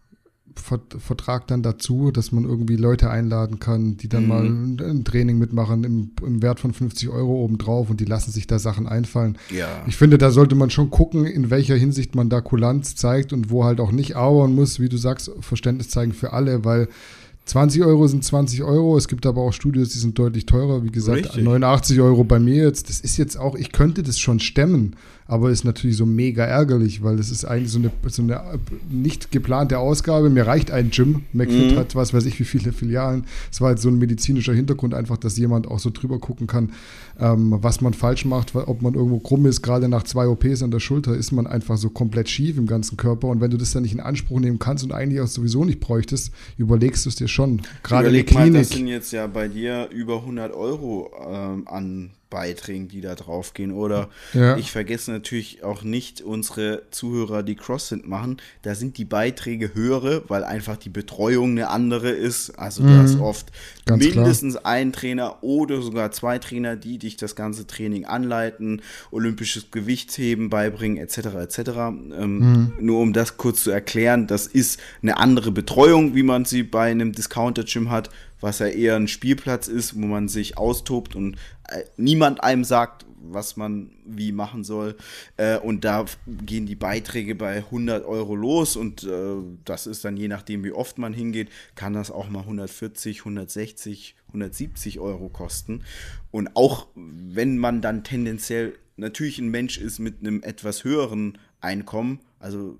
Vertrag dann dazu, dass man irgendwie Leute einladen kann, die dann mhm. mal ein Training mitmachen im, im Wert von fünfzig Euro obendrauf und die lassen sich da Sachen einfallen. Ja. Ich finde, da sollte man schon gucken, in welcher Hinsicht man da Kulanz zeigt und wo halt auch nicht. Aber man muss, wie du sagst, Verständnis zeigen für alle, weil zwanzig Euro sind zwanzig Euro. Es gibt aber auch Studios, die sind deutlich teurer. Wie gesagt, Richtig. neunundachtzig Euro bei mir jetzt. Das ist jetzt auch, ich könnte das schon stemmen, aber ist natürlich so mega ärgerlich, weil es ist eigentlich so eine, so eine nicht geplante Ausgabe. Mir reicht ein Gym. McFit mhm. hat was weiß ich wie viele Filialen. Es war jetzt so ein medizinischer Hintergrund einfach, dass jemand auch so drüber gucken kann, ähm, was man falsch macht, ob man irgendwo krumm ist. Gerade nach zwei O Ps an der Schulter ist man einfach so komplett schief im ganzen Körper. Und wenn du das dann nicht in Anspruch nehmen kannst und eigentlich auch sowieso nicht bräuchtest, überlegst du es dir schon. Gerade in der Klinik. Mal, das sind jetzt ja bei dir über hundert Euro ähm, an Beiträgen, die da drauf gehen. Oder ja. ich vergesse natürlich auch nicht unsere Zuhörer, die CrossFit machen. Da sind die Beiträge höhere, weil einfach die Betreuung eine andere ist. Also mhm. da ist oft Ganz mindestens klar. ein Trainer oder sogar zwei Trainer, die dich das ganze Training anleiten, olympisches Gewichtsheben beibringen, et cetera et cetera. Ähm, mhm. Nur um das kurz zu erklären, das ist eine andere Betreuung, wie man sie bei einem Discounter-Gym hat, was ja eher ein Spielplatz ist, wo man sich austobt und äh, niemand einem sagt, was man wie machen soll. Äh, und da gehen die Beiträge bei hundert Euro los und äh, das ist dann je nachdem, wie oft man hingeht, kann das auch mal hundertvierzig, hundertsechzig, hundertsiebzig Euro kosten. Und auch wenn man dann tendenziell natürlich ein Mensch ist mit einem etwas höheren Einkommen, also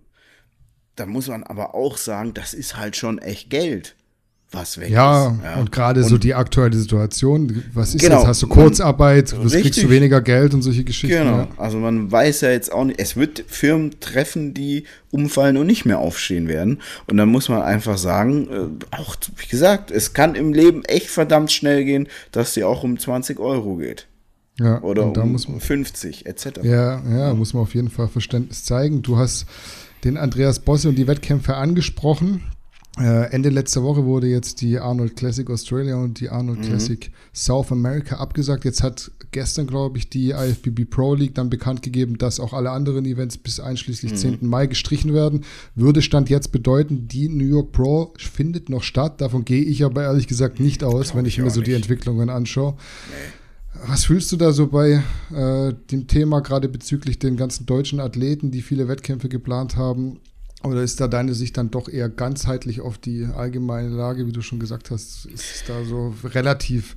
da muss man aber auch sagen, das ist halt schon echt Geld. Was weg ja, ist. Ja, und gerade so die aktuelle Situation, was ist genau, jetzt, hast du Kurzarbeit, was kriegst du weniger Geld und solche Geschichten. Genau, ja. Also man weiß ja jetzt auch nicht, es wird Firmen treffen, die umfallen und nicht mehr aufstehen werden und dann muss man einfach sagen, äh, auch wie gesagt, es kann im Leben echt verdammt schnell gehen, dass die auch um zwanzig Euro geht. Ja, oder und da um muss man, fünfzig et cetera. Ja, ja, muss man auf jeden Fall Verständnis zeigen. Du hast den Andreas Bosse und die Wettkämpfe angesprochen. Äh, Ende letzter Woche wurde jetzt die Arnold Classic Australia und die Arnold mhm. Classic South America abgesagt. Jetzt hat gestern, glaube ich, die I F B B Pro League dann bekannt gegeben, dass auch alle anderen Events bis einschließlich mhm. zehnten Mai gestrichen werden. Würde Stand jetzt bedeuten, die New York Pro findet noch statt. Davon gehe ich aber ehrlich gesagt nicht aus, Glaub wenn ich, ich mir so nicht. die Entwicklungen anschaue. Nee. Was fühlst du da so bei äh, dem Thema, gerade bezüglich den ganzen deutschen Athleten, die viele Wettkämpfe geplant haben? Oder ist da deine Sicht dann doch eher ganzheitlich auf die allgemeine Lage, wie du schon gesagt hast, ist es da so relativ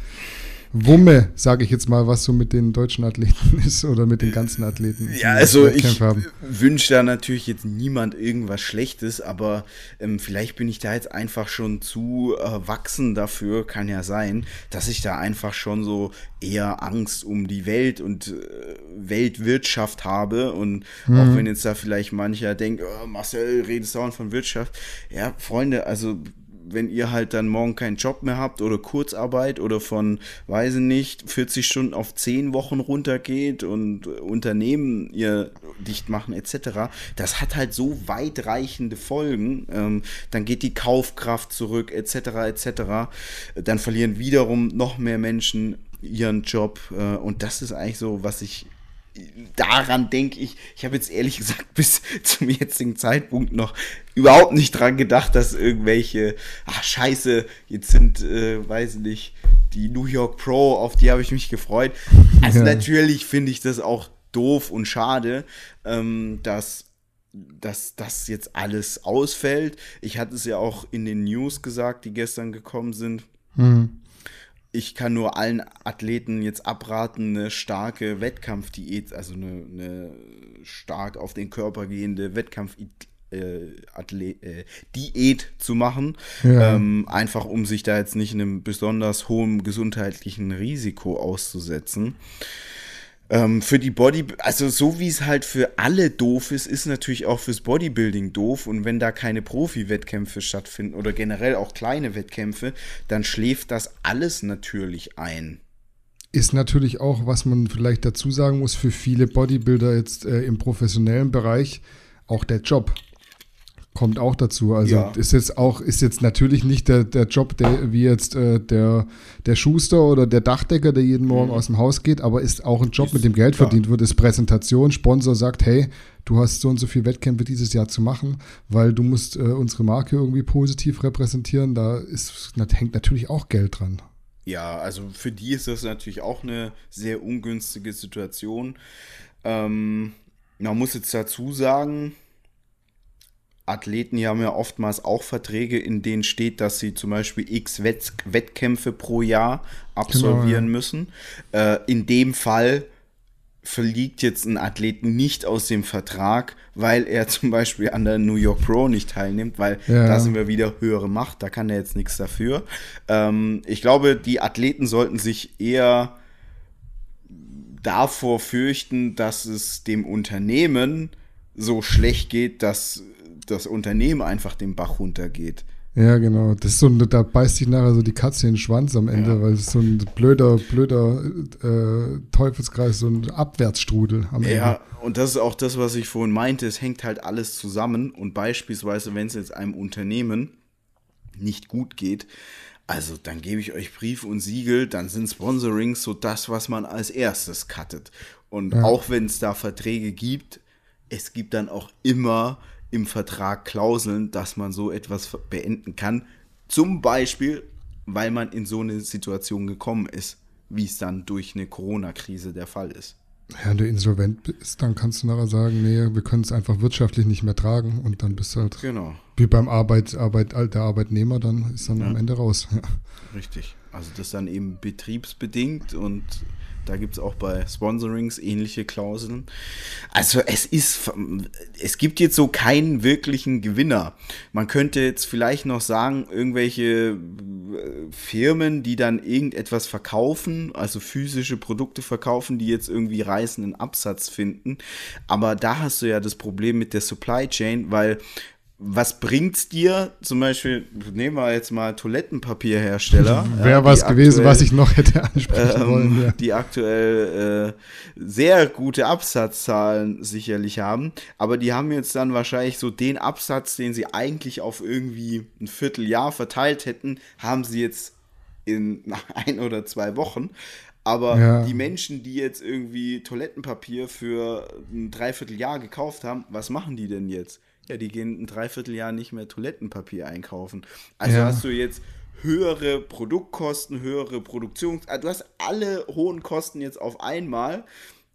Wumme, sage ich jetzt mal, was so mit den deutschen Athleten ist oder mit den ganzen Athleten? Ja, also ich wünsche da natürlich jetzt niemand irgendwas Schlechtes, aber ähm, vielleicht bin ich da jetzt einfach schon zu erwachsen dafür, kann ja sein, dass ich da einfach schon so eher Angst um die Welt und äh, Weltwirtschaft habe und mhm. auch wenn jetzt da vielleicht mancher denkt, oh, Marcel, redest dauernd von Wirtschaft. Ja, Freunde, also wenn ihr halt dann morgen keinen Job mehr habt oder Kurzarbeit oder von, weiß ich nicht, vierzig Stunden auf zehn Wochen runtergeht und Unternehmen ihr dicht machen et cetera, das hat halt so weitreichende Folgen. Ähm, dann geht die Kaufkraft zurück et cetera et cetera. Dann verlieren wiederum noch mehr Menschen ihren Job äh, und das ist eigentlich so, was ich daran denke ich, ich habe jetzt ehrlich gesagt bis zum jetzigen Zeitpunkt noch überhaupt nicht dran gedacht, dass irgendwelche, ach scheiße, jetzt sind, äh, weiß nicht, die New York Pro, auf die habe ich mich gefreut. Also ja. Natürlich finde ich das auch doof und schade, ähm, dass dass das jetzt alles ausfällt. Ich hatte es ja auch in den News gesagt, die gestern gekommen sind. Mhm. Ich kann nur allen Athleten jetzt abraten, eine starke Wettkampfdiät, also eine, eine stark auf den Körper gehende Wettkampfdiät äh, äh, zu machen. Ja. Ähm, einfach um sich da jetzt nicht einem besonders hohen gesundheitlichen Risiko auszusetzen. Ähm, für die Body, also so wie es halt für alle doof ist, ist natürlich auch fürs Bodybuilding doof und wenn da keine Profi-Wettkämpfe stattfinden oder generell auch kleine Wettkämpfe, dann schläft das alles natürlich ein. ist natürlich auch, was man vielleicht dazu sagen muss, für viele Bodybuilder jetzt äh, im professionellen Bereich auch der Job. Kommt auch dazu. Also Ja. ist jetzt auch, ist jetzt natürlich nicht der, der Job, der wie jetzt äh, der, der Schuster oder der Dachdecker, der jeden Morgen aus dem Haus geht, aber ist auch ein Job, Ist mit dem Geld klar. verdient wird, ist Präsentation. Sponsor sagt, hey, du hast so und so viele Wettkämpfe dieses Jahr zu machen, weil du musst äh, unsere Marke irgendwie positiv repräsentieren. Da ist, da hängt natürlich auch Geld dran. Ja, also für die ist das natürlich auch eine sehr ungünstige Situation. Ähm, man muss jetzt dazu sagen, Athleten, die haben ja oftmals auch Verträge, in denen steht, dass sie zum Beispiel x Wett Wettkämpfe pro Jahr absolvieren Genau, ja. müssen. Äh, in dem Fall verliegt jetzt ein Athleten nicht aus dem Vertrag, weil er zum Beispiel an der New York Pro nicht teilnimmt, weil Ja. da sind wir wieder höhere Macht, da kann er jetzt nichts dafür. Ähm, ich glaube, die Athleten sollten sich eher davor fürchten, dass es dem Unternehmen so schlecht geht, dass das Unternehmen einfach den Bach runtergeht. Ja, genau. Das ist so ein, da beißt sich nachher so die Katze in den Schwanz am Ende, Ja. weil es so ein blöder, blöder äh, Teufelskreis, so ein Abwärtsstrudel am Ende. Ja, und das ist auch das, was ich vorhin meinte, es hängt halt alles zusammen und beispielsweise, wenn es jetzt einem Unternehmen nicht gut geht, also dann gebe ich euch Brief und Siegel, dann sind Sponsorings so das, was man als erstes cuttet. Und Ja. auch wenn es da Verträge gibt, es gibt dann auch immer im Vertrag Klauseln, dass man so etwas beenden kann. Zum Beispiel, weil man in so eine Situation gekommen ist, wie es dann durch eine Corona-Krise der Fall ist. Ja, wenn du insolvent bist, dann kannst du nachher sagen, nee, wir können es einfach wirtschaftlich nicht mehr tragen und dann bist du halt Genau, wie beim Arbeit, Arbeit, der Arbeitnehmer, dann ist dann Ja. am Ende raus. Ja. richtig. Also das dann eben betriebsbedingt und da gibt es auch bei Sponsorings ähnliche Klauseln. Also es ist, es gibt jetzt so keinen wirklichen Gewinner. Man könnte jetzt vielleicht noch sagen, irgendwelche Firmen, die dann irgendetwas verkaufen, also physische Produkte verkaufen, die jetzt irgendwie reißenden Absatz finden. Aber da hast du ja das Problem mit der Supply Chain, weil was bringt's dir? Zum Beispiel, nehmen wir jetzt mal Toilettenpapierhersteller. Wäre ja, was die gewesen, aktuell- was ich noch hätte ansprechen ähm, wollen. Ja. die aktuell äh, sehr gute Absatzzahlen sicherlich haben, aber die haben jetzt dann wahrscheinlich so den Absatz, den sie eigentlich auf irgendwie ein Vierteljahr verteilt hätten, haben sie jetzt in ein oder zwei Wochen. Aber Ja. die Menschen, die jetzt irgendwie Toilettenpapier für ein Dreivierteljahr gekauft haben, was machen die denn jetzt? Ja, die gehen ein Dreivierteljahr nicht mehr Toilettenpapier einkaufen. Also Ja. hast du jetzt höhere Produktkosten, höhere Produktions... Also du hast alle hohen Kosten jetzt auf einmal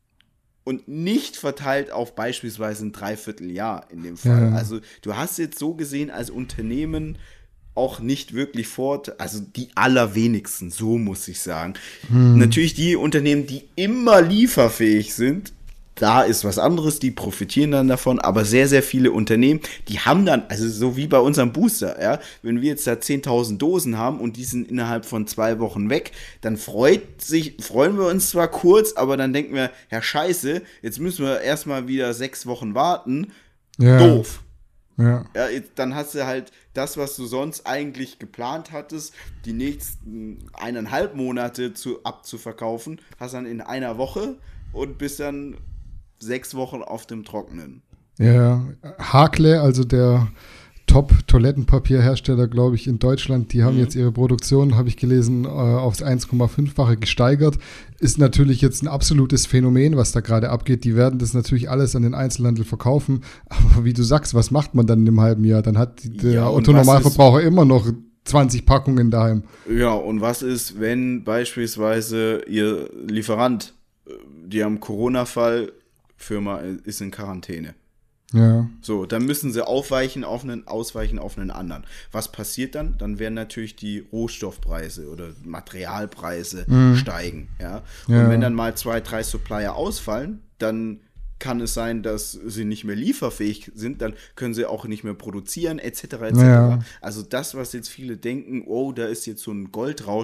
und nicht verteilt auf beispielsweise ein Dreivierteljahr in dem Fall. Ja. Also du hast jetzt so gesehen als Unternehmen auch nicht wirklich fort, also die allerwenigsten, so muss ich sagen. Natürlich die Unternehmen, die immer lieferfähig sind, da ist was anderes, die profitieren dann davon, aber sehr, sehr viele Unternehmen, die haben dann, also so wie bei unserem Booster, ja, wenn wir jetzt da zehntausend Dosen haben und die sind innerhalb von zwei Wochen weg, dann freut sich, freuen wir uns zwar kurz, aber dann denken wir, ja scheiße, jetzt müssen wir erstmal wieder sechs Wochen warten, Ja. doof. Ja. Ja, jetzt, dann hast du halt das, was du sonst eigentlich geplant hattest, die nächsten eineinhalb Monate zu, abzuverkaufen, hast dann in einer Woche und bist dann sechs Wochen auf dem Trockenen. Ja, Hakle, also der Top-Toilettenpapierhersteller, glaube ich, in Deutschland, die haben Mhm. jetzt ihre Produktion, habe ich gelesen, äh, aufs eins Komma fünffache gesteigert. Ist natürlich jetzt ein absolutes Phänomen, was da gerade abgeht. Die werden das natürlich alles an den Einzelhandel verkaufen. Aber wie du sagst, was macht man dann in einem halben Jahr? Dann hat die- der Ja, und Autonormalverbraucher immer noch zwanzig Packungen daheim. Ja, und was ist, wenn beispielsweise ihr Lieferant, äh, die haben Corona-Fall, Firma ist in Quarantäne. Ja, So, dann müssen sie aufweichen auf einen, ausweichen auf einen anderen. Was passiert dann? Dann werden natürlich die Rohstoffpreise oder Materialpreise steigen. Ja? Und Ja. wenn dann mal zwei, drei Supplier ausfallen, dann kann es sein, dass sie nicht mehr lieferfähig sind, dann können sie auch nicht mehr produzieren, et cetera et cetera. Ja. Also das, was jetzt viele denken, oh, da ist jetzt so ein Goldrausch,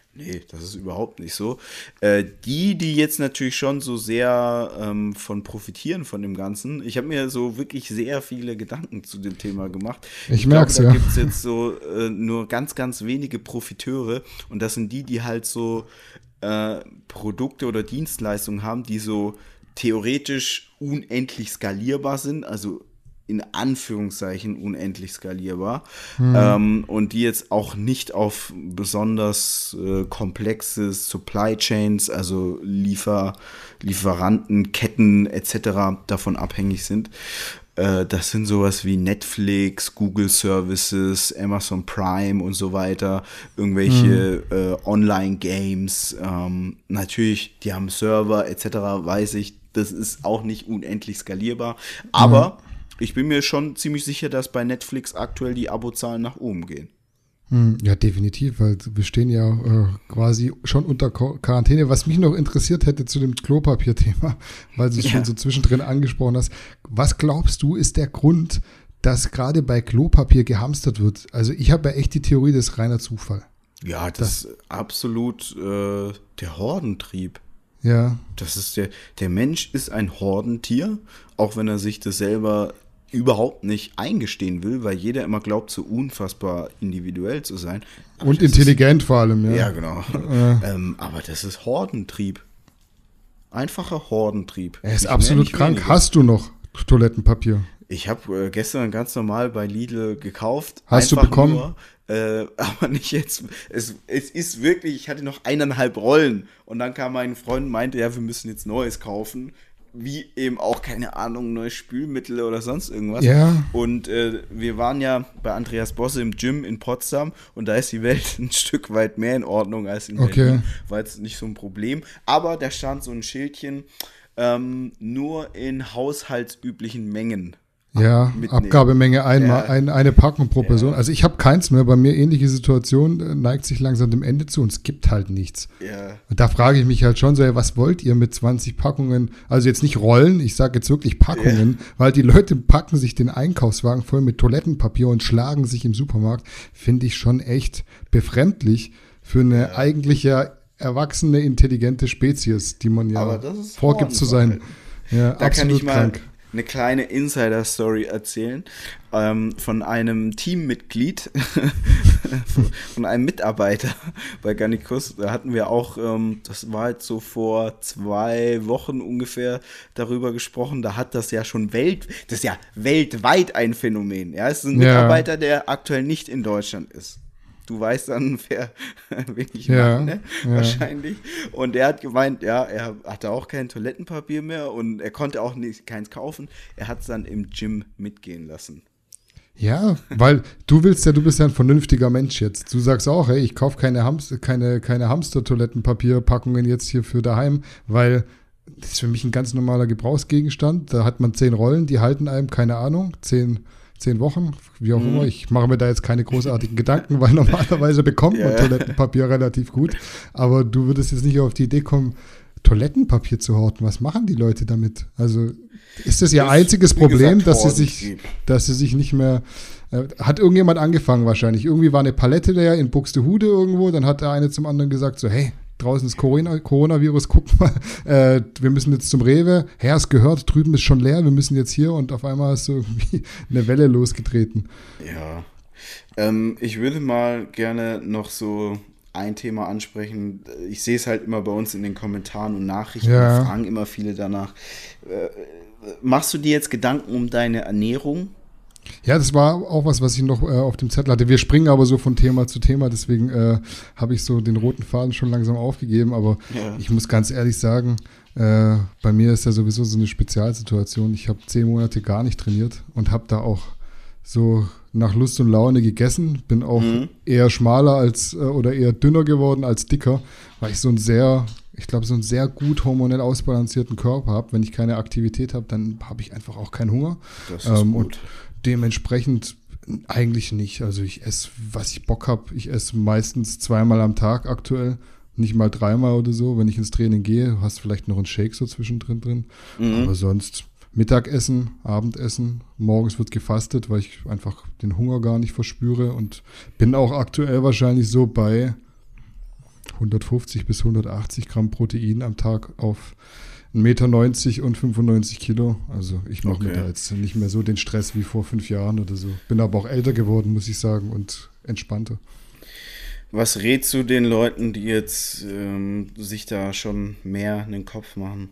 Nee, das ist überhaupt nicht so. Äh, die, die jetzt natürlich schon so sehr ähm, von profitieren von dem Ganzen, ich habe mir so wirklich sehr viele Gedanken zu dem Thema gemacht. Ich, ich merke es, ja. Da gibt es jetzt so äh, nur ganz, ganz wenige Profiteure und das sind die, die halt so äh, Produkte oder Dienstleistungen haben, die so theoretisch unendlich skalierbar sind, also in Anführungszeichen unendlich skalierbar hm. ähm, und die jetzt auch nicht auf besonders äh, komplexe Supply Chains, also Liefer, Lieferanten, Ketten et cetera davon abhängig sind. Äh, das sind sowas wie Netflix, Google Services, Amazon Prime und so weiter, irgendwelche hm. äh, Online-Games, ähm, natürlich, die haben Server et cetera, weiß ich, das ist auch nicht unendlich skalierbar, aber hm. ich bin mir schon ziemlich sicher, dass bei Netflix aktuell die Abozahlen nach oben gehen. Ja, definitiv, weil wir stehen ja äh, quasi schon unter Quarantäne. Was mich noch interessiert hätte zu dem Klopapier-Thema, weil du es ja. schon so zwischendrin angesprochen hast. Was glaubst du, ist der Grund, dass gerade bei Klopapier gehamstert wird? Also ich habe ja echt die Theorie, das ist reiner Zufall. Ja, das, das ist absolut äh, der Hordentrieb. Ja. Das ist der, der Mensch ist ein Hordentier, auch wenn er sich das selber überhaupt nicht eingestehen will, weil jeder immer glaubt, so unfassbar individuell zu sein. Aber und intelligent ist, vor allem, ja. Ja, genau. Äh. Ähm, aber das ist Hordentrieb. Einfacher Hordentrieb. Er ist nicht absolut mehr, krank. Weniger. Hast du noch Toilettenpapier? Ich habe äh, gestern ganz normal bei Lidl gekauft. Hast du bekommen? Nur, äh, aber nicht jetzt. Es, es ist wirklich, ich hatte noch eineinhalb Rollen. Und dann kam mein Freund und meinte, ja, wir müssen jetzt Neues kaufen. Wie eben auch, keine Ahnung, neues Spülmittel oder sonst irgendwas. Ja. Und äh, wir waren ja bei Andreas Bosse im Gym in Potsdam und da ist die Welt ein Stück weit mehr in Ordnung als in okay. Berlin. War jetzt nicht so ein Problem. Aber da stand so ein Schildchen, ähm, nur in haushaltsüblichen Mengen. Ja, mitnehmen. Abgabemenge einmal, ja. ein, eine Packung pro Person. Ja. Also ich habe keins mehr, bei mir ähnliche Situation, neigt sich langsam dem Ende zu und es gibt halt nichts. Ja. Und da frage ich mich halt schon so, was wollt ihr mit zwanzig Packungen, also jetzt nicht Rollen, ich sage jetzt wirklich Packungen, ja. weil die Leute packen sich den Einkaufswagen voll mit Toilettenpapier und schlagen sich im Supermarkt, finde ich schon echt befremdlich für eine ja. eigentlich ja erwachsene, intelligente Spezies, die man ja vorgibt zu sein. Ja, da absolut kann ich mal krank. Eine kleine Insider-Story erzählen ähm, von einem Teammitglied, von einem Mitarbeiter bei Garnicus. Da hatten wir auch, ähm, das war jetzt so vor zwei Wochen ungefähr darüber gesprochen. Da hat das ja schon Welt, das ist ja weltweit ein Phänomen. Ja, es ist ein ja. Mitarbeiter, der aktuell nicht in Deutschland ist. Du weißt dann, wer, wen ich ja, meine, ja. wahrscheinlich. Und er hat gemeint, ja, er hatte auch kein Toilettenpapier mehr und er konnte auch nicht, keins kaufen. Er hat es dann im Gym mitgehen lassen. Ja, weil du willst ja, du bist ja ein vernünftiger Mensch jetzt. Du sagst auch, hey, ich kaufe keine, Hamster, keine, keine Hamster-Toilettenpapierpackungen jetzt hier für daheim, weil das ist für mich ein ganz normaler Gebrauchsgegenstand. Da hat man zehn Rollen, die halten einem, keine Ahnung, zehn Zehn Wochen, wie auch mhm. immer. Ich mache mir da jetzt keine großartigen Gedanken, weil normalerweise bekommt man yeah. Toilettenpapier relativ gut. Aber du würdest jetzt nicht auf die Idee kommen, Toilettenpapier zu horten. Was machen die Leute damit? Also ist das ihr das einziges Problem, gesagt, dass sie sich, dass sie sich nicht mehr, äh, hat irgendjemand angefangen wahrscheinlich. Irgendwie war eine Palette leer in Buxtehude irgendwo, dann hat der eine zum anderen gesagt so, hey, draußen ist Corona, Coronavirus, guck mal, äh, wir müssen jetzt zum Rewe. Herr, es gehört, drüben ist schon leer, wir müssen jetzt hier und auf einmal ist so irgendwie eine Welle losgetreten. Ja, ähm, ich würde mal gerne noch so ein Thema ansprechen. Ich sehe es halt immer bei uns in den Kommentaren und Nachrichten, ja. da fragen immer viele danach. Äh, machst du dir jetzt Gedanken um deine Ernährung? Ja, das war auch was, was ich noch äh, auf dem Zettel hatte. Wir springen aber so von Thema zu Thema, deswegen äh, habe ich so den roten Faden schon langsam aufgegeben. Aber ja. ich muss ganz ehrlich sagen, äh, bei mir ist ja sowieso so eine Spezialsituation. Ich habe zehn Monate gar nicht trainiert und habe da auch so nach Lust und Laune gegessen. Bin auch mhm. eher schmaler als äh, oder eher dünner geworden als dicker, weil ich so ein sehr, ich glaube, so einen sehr gut hormonell ausbalancierten Körper habe. Wenn ich keine Aktivität habe, dann habe ich einfach auch keinen Hunger. Das ist ähm, gut. Und dementsprechend eigentlich nicht. Also ich esse, was ich Bock habe. Ich esse meistens zweimal am Tag aktuell, nicht mal dreimal oder so. Wenn ich ins Training gehe, hast du vielleicht noch einen Shake so zwischendrin drin. Mhm. Aber sonst Mittagessen, Abendessen, morgens wird gefastet, weil ich einfach den Hunger gar nicht verspüre und bin auch aktuell wahrscheinlich so bei hundertfünfzig bis hundertachtzig Gramm Protein am Tag auf ein Meter neunzig und fünfundneunzig Kilo. Also ich mache Okay. mir da jetzt nicht mehr so den Stress wie vor fünf Jahren oder so. Bin aber auch älter geworden, muss ich sagen, und entspannter. Was rätst du den Leuten, die jetzt ähm, sich da schon mehr in den Kopf machen?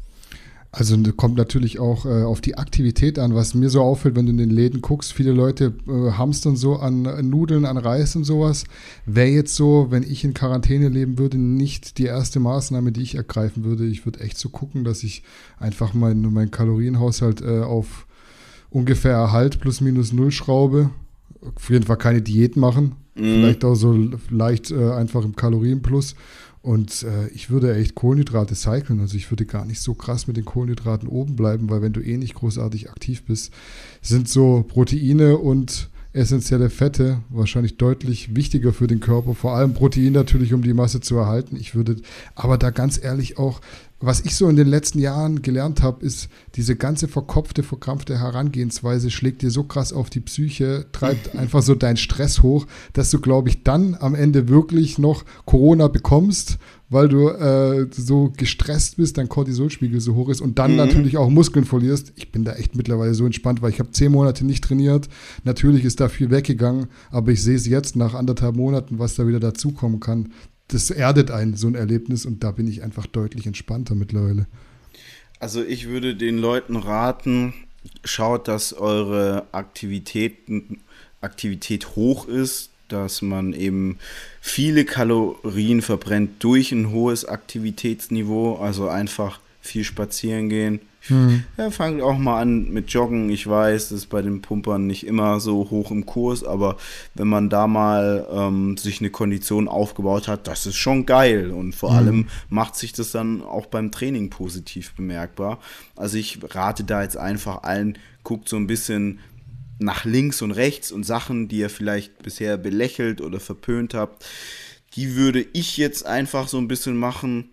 Also kommt natürlich auch äh, auf die Aktivität an, was mir so auffällt, wenn du in den Läden guckst. Viele Leute äh, hamstern so an äh, Nudeln, an Reis und sowas. Wäre jetzt so, wenn ich in Quarantäne leben würde, nicht die erste Maßnahme, die ich ergreifen würde. Ich würde echt so gucken, dass ich einfach meinen mein Kalorienhaushalt äh, auf ungefähr Erhalt plus minus null schraube. Auf jeden Fall keine Diät machen. Mhm. Vielleicht auch so leicht äh, einfach im Kalorienplus. Und äh, ich würde echt Kohlenhydrate cyclen. Also ich würde gar nicht so krass mit den Kohlenhydraten oben bleiben, weil wenn du eh nicht großartig aktiv bist, sind so Proteine und essentielle Fette wahrscheinlich deutlich wichtiger für den Körper. Vor allem Protein natürlich, um die Masse zu erhalten. Ich würde aber da ganz ehrlich auch, was ich so in den letzten Jahren gelernt habe, ist, diese ganze verkopfte, verkrampfte Herangehensweise schlägt dir so krass auf die Psyche, treibt einfach so deinen Stress hoch, dass du, glaube ich, dann am Ende wirklich noch Corona bekommst, weil du äh, so gestresst bist, dein Cortisolspiegel so hoch ist und dann Mhm. natürlich auch Muskeln verlierst. Ich bin da echt mittlerweile so entspannt, weil ich habe zehn Monate nicht trainiert. Natürlich ist da viel weggegangen, aber ich sehe es jetzt nach anderthalb Monaten, was da wieder dazukommen kann. Das erdet einen, so ein Erlebnis, und da bin ich einfach deutlich entspannter mittlerweile. Also ich würde den Leuten raten, schaut, dass eure Aktivitäten, Aktivität hoch ist, dass man eben viele Kalorien verbrennt durch ein hohes Aktivitätsniveau, also einfach viel spazieren gehen. Mhm. Ja, fangt auch mal an mit Joggen. Ich weiß, das ist bei den Pumpern nicht immer so hoch im Kurs, aber wenn man da mal ähm, sich eine Kondition aufgebaut hat, das ist schon geil, und vor Mhm. allem macht sich das dann auch beim Training positiv bemerkbar. Also ich rate da jetzt einfach allen, guckt so ein bisschen nach links und rechts, und Sachen, die ihr vielleicht bisher belächelt oder verpönt habt, die würde ich jetzt einfach so ein bisschen machen.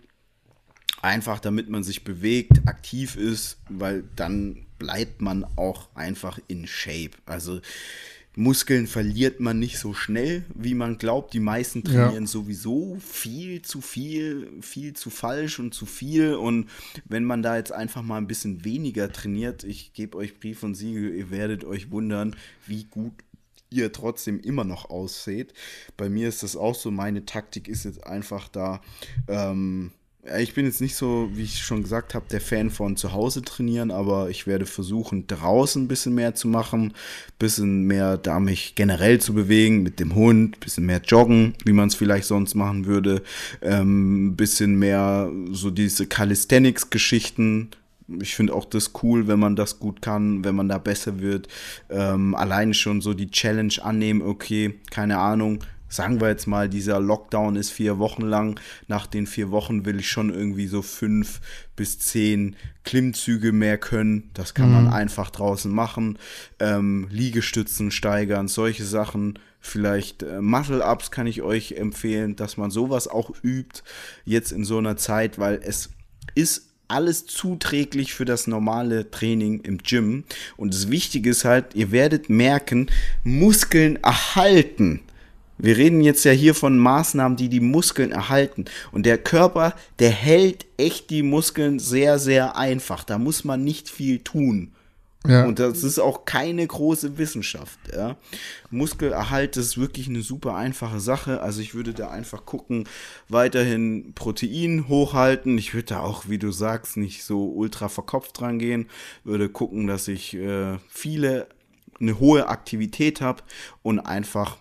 Einfach damit man sich bewegt, aktiv ist, weil dann bleibt man auch einfach in Shape. Also Muskeln verliert man nicht so schnell, wie man glaubt. Die meisten trainieren Ja. sowieso viel zu viel, viel zu falsch und zu viel. Und wenn man da jetzt einfach mal ein bisschen weniger trainiert, ich gebe euch Brief und Siegel, ihr werdet euch wundern, wie gut ihr trotzdem immer noch ausseht. Bei mir ist das auch so. Meine Taktik ist jetzt einfach da, ähm, ja, ich bin jetzt nicht so, wie ich schon gesagt habe, der Fan von zu Hause trainieren, aber ich werde versuchen, draußen ein bisschen mehr zu machen, ein bisschen mehr da mich generell zu bewegen, mit dem Hund, ein bisschen mehr joggen, wie man es vielleicht sonst machen würde, ähm, ein bisschen mehr so diese Calisthenics-Geschichten. Ich finde auch das cool, wenn man das gut kann, wenn man da besser wird. Ähm, alleine schon so die Challenge annehmen, okay, keine Ahnung, sagen wir jetzt mal, dieser Lockdown ist vier Wochen lang. Nach den vier Wochen will ich schon irgendwie so fünf bis zehn Klimmzüge mehr können. Das kann man einfach draußen machen. Ähm, Liegestützen steigern, solche Sachen. Vielleicht äh, Muscle-Ups kann ich euch empfehlen, dass man sowas auch übt, jetzt in so einer Zeit, weil es ist alles zuträglich für das normale Training im Gym. Und das Wichtige ist halt, ihr werdet merken, Muskeln erhalten. Wir reden jetzt ja hier von Maßnahmen, die die Muskeln erhalten. Und der Körper, der hält echt die Muskeln sehr, sehr einfach. Da muss man nicht viel tun. Ja. Und das ist auch keine große Wissenschaft. Ja. Muskelerhalt ist wirklich eine super einfache Sache. Also ich würde da einfach gucken, weiterhin Protein hochhalten. Ich würde da auch, wie du sagst, nicht so ultra verkopft dran gehen. Würde gucken, dass ich äh, viele, eine hohe Aktivität habe und einfach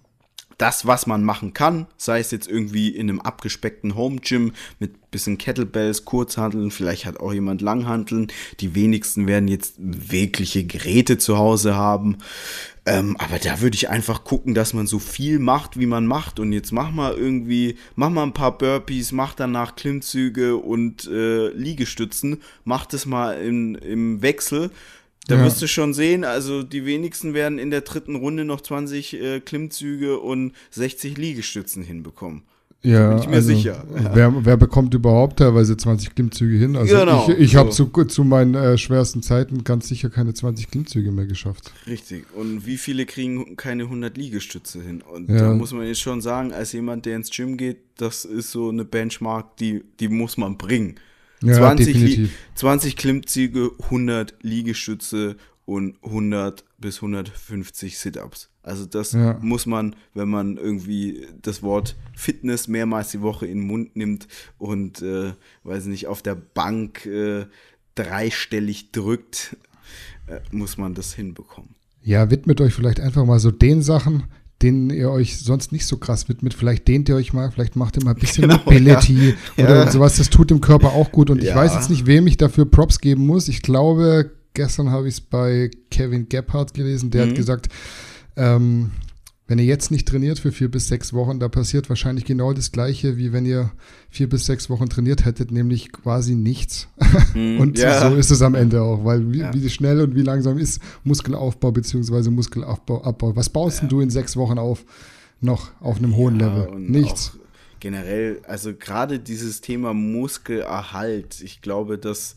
das, was man machen kann, sei es jetzt irgendwie in einem abgespeckten Home-Gym mit bisschen Kettlebells, Kurzhanteln, vielleicht hat auch jemand Langhanteln. Die wenigsten werden jetzt wirkliche Geräte zu Hause haben. Ähm, aber da würde ich einfach gucken, dass man so viel macht, wie man macht. Und jetzt mach mal irgendwie, mach mal ein paar Burpees, mach danach Klimmzüge und äh, Liegestützen. Mach das mal in, im Wechsel. Da Ja. wirst du schon sehen, also die wenigsten werden in der dritten Runde noch zwanzig äh, Klimmzüge und sechzig Liegestützen hinbekommen. Ja, bin ich mir also, sicher. Wer, wer bekommt überhaupt teilweise zwanzig Klimmzüge hin? Also Genau, ich, ich so. habe zu, zu meinen äh, schwersten Zeiten ganz sicher keine zwanzig Klimmzüge mehr geschafft. Richtig. Und wie viele kriegen keine hundert Liegestütze hin? Und Ja. da muss man jetzt schon sagen, als jemand, der ins Gym geht, das ist so eine Benchmark, die, die muss man bringen. Ja, zwanzig, Li- definitiv. zwanzig Klimmzüge, hundert Liegestütze und hundert bis hundertfünfzig Sit-Ups. Also das Ja. muss man, wenn man irgendwie das Wort Fitness mehrmals die Woche in den Mund nimmt und, äh, weiß nicht, auf der Bank äh, dreistellig drückt, äh, muss man das hinbekommen. Ja, widmet euch vielleicht einfach mal so den Sachen, denen ihr euch sonst nicht so krass widmet. Vielleicht dehnt ihr euch mal, vielleicht macht ihr mal ein bisschen Genau, Mobility ja. oder Ja. sowas. Das tut dem Körper auch gut. Und ich Ja. weiß jetzt nicht, wem ich dafür Props geben muss. Ich glaube, gestern habe ich es bei Kevin Gebhardt gelesen. Der Mhm. hat gesagt, ähm, wenn ihr jetzt nicht trainiert für vier bis sechs Wochen, da passiert wahrscheinlich genau das Gleiche, wie wenn ihr vier bis sechs Wochen trainiert hättet, nämlich quasi nichts. Mhm, Und ja. so ist es am Ende auch, weil wie, Ja. wie schnell und wie langsam ist Muskelaufbau bzw. Muskelaufbau, Abbau. Was baust denn du in sechs Wochen auf, noch auf einem hohen Ja, Level? und Nichts. auch generell, also gerade dieses Thema Muskelerhalt, ich glaube, das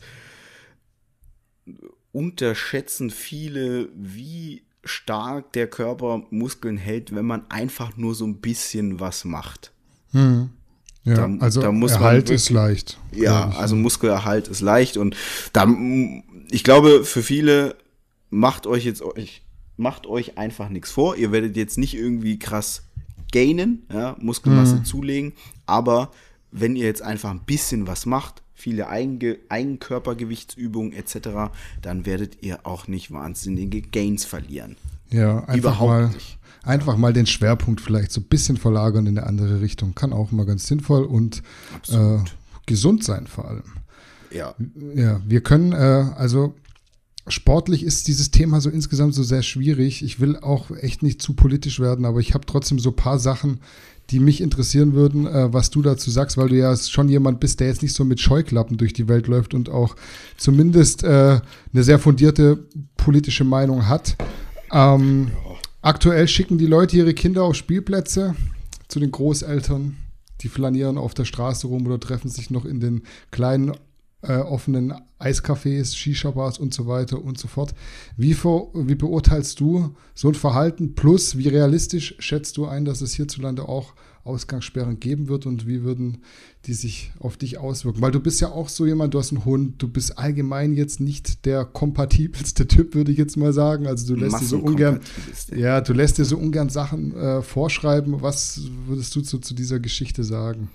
unterschätzen viele, wie stark der Körper Muskeln hält, wenn man einfach nur so ein bisschen was macht. Hm. Ja, Da- also da muss man Erhalt wirklich- ist leicht. Ja, glaub ich. also Muskelerhalt ist leicht und da, ich glaube, für viele macht euch jetzt euch, macht euch einfach nichts vor. Ihr werdet jetzt nicht irgendwie krass gainen, ja, Muskelmasse Mhm. zulegen, aber wenn ihr jetzt einfach ein bisschen was macht, viele Eigen, Eigenkörpergewichtsübungen et cetera, dann werdet ihr auch nicht wahnsinnige Gains verlieren. Ja, einfach Überhaupt mal, nicht. einfach mal den Schwerpunkt vielleicht so ein bisschen verlagern in eine andere Richtung. Kann auch mal ganz sinnvoll und äh, Absolut. gesund sein vor allem. Ja. Ja, wir können, äh, also sportlich ist dieses Thema so insgesamt so sehr schwierig. Ich will auch echt nicht zu politisch werden, aber ich habe trotzdem so ein paar Sachen, die mich interessieren würden, äh, was du dazu sagst, weil du ja schon jemand bist, der jetzt nicht so mit Scheuklappen durch die Welt läuft und auch zumindest äh, eine sehr fundierte politische Meinung hat. Ähm, aktuell schicken die Leute ihre Kinder auf Spielplätze zu den Großeltern, die flanieren auf der Straße rum oder treffen sich noch in den kleinen äh, offenen Eiscafés, Shisha-Bars und so weiter und so fort. Wie, vor, wie beurteilst du so ein Verhalten? Plus, wie realistisch schätzt du ein, dass es hierzulande auch Ausgangssperren geben wird und wie würden die sich auf dich auswirken? Weil du bist ja auch so jemand, du hast einen Hund, du bist allgemein jetzt nicht der kompatibelste Typ, würde ich jetzt mal sagen. Also du lässt dir so ungern, Massenkompatibilste. ja, du lässt dir so ungern Sachen äh, vorschreiben. Was würdest du zu, zu dieser Geschichte sagen?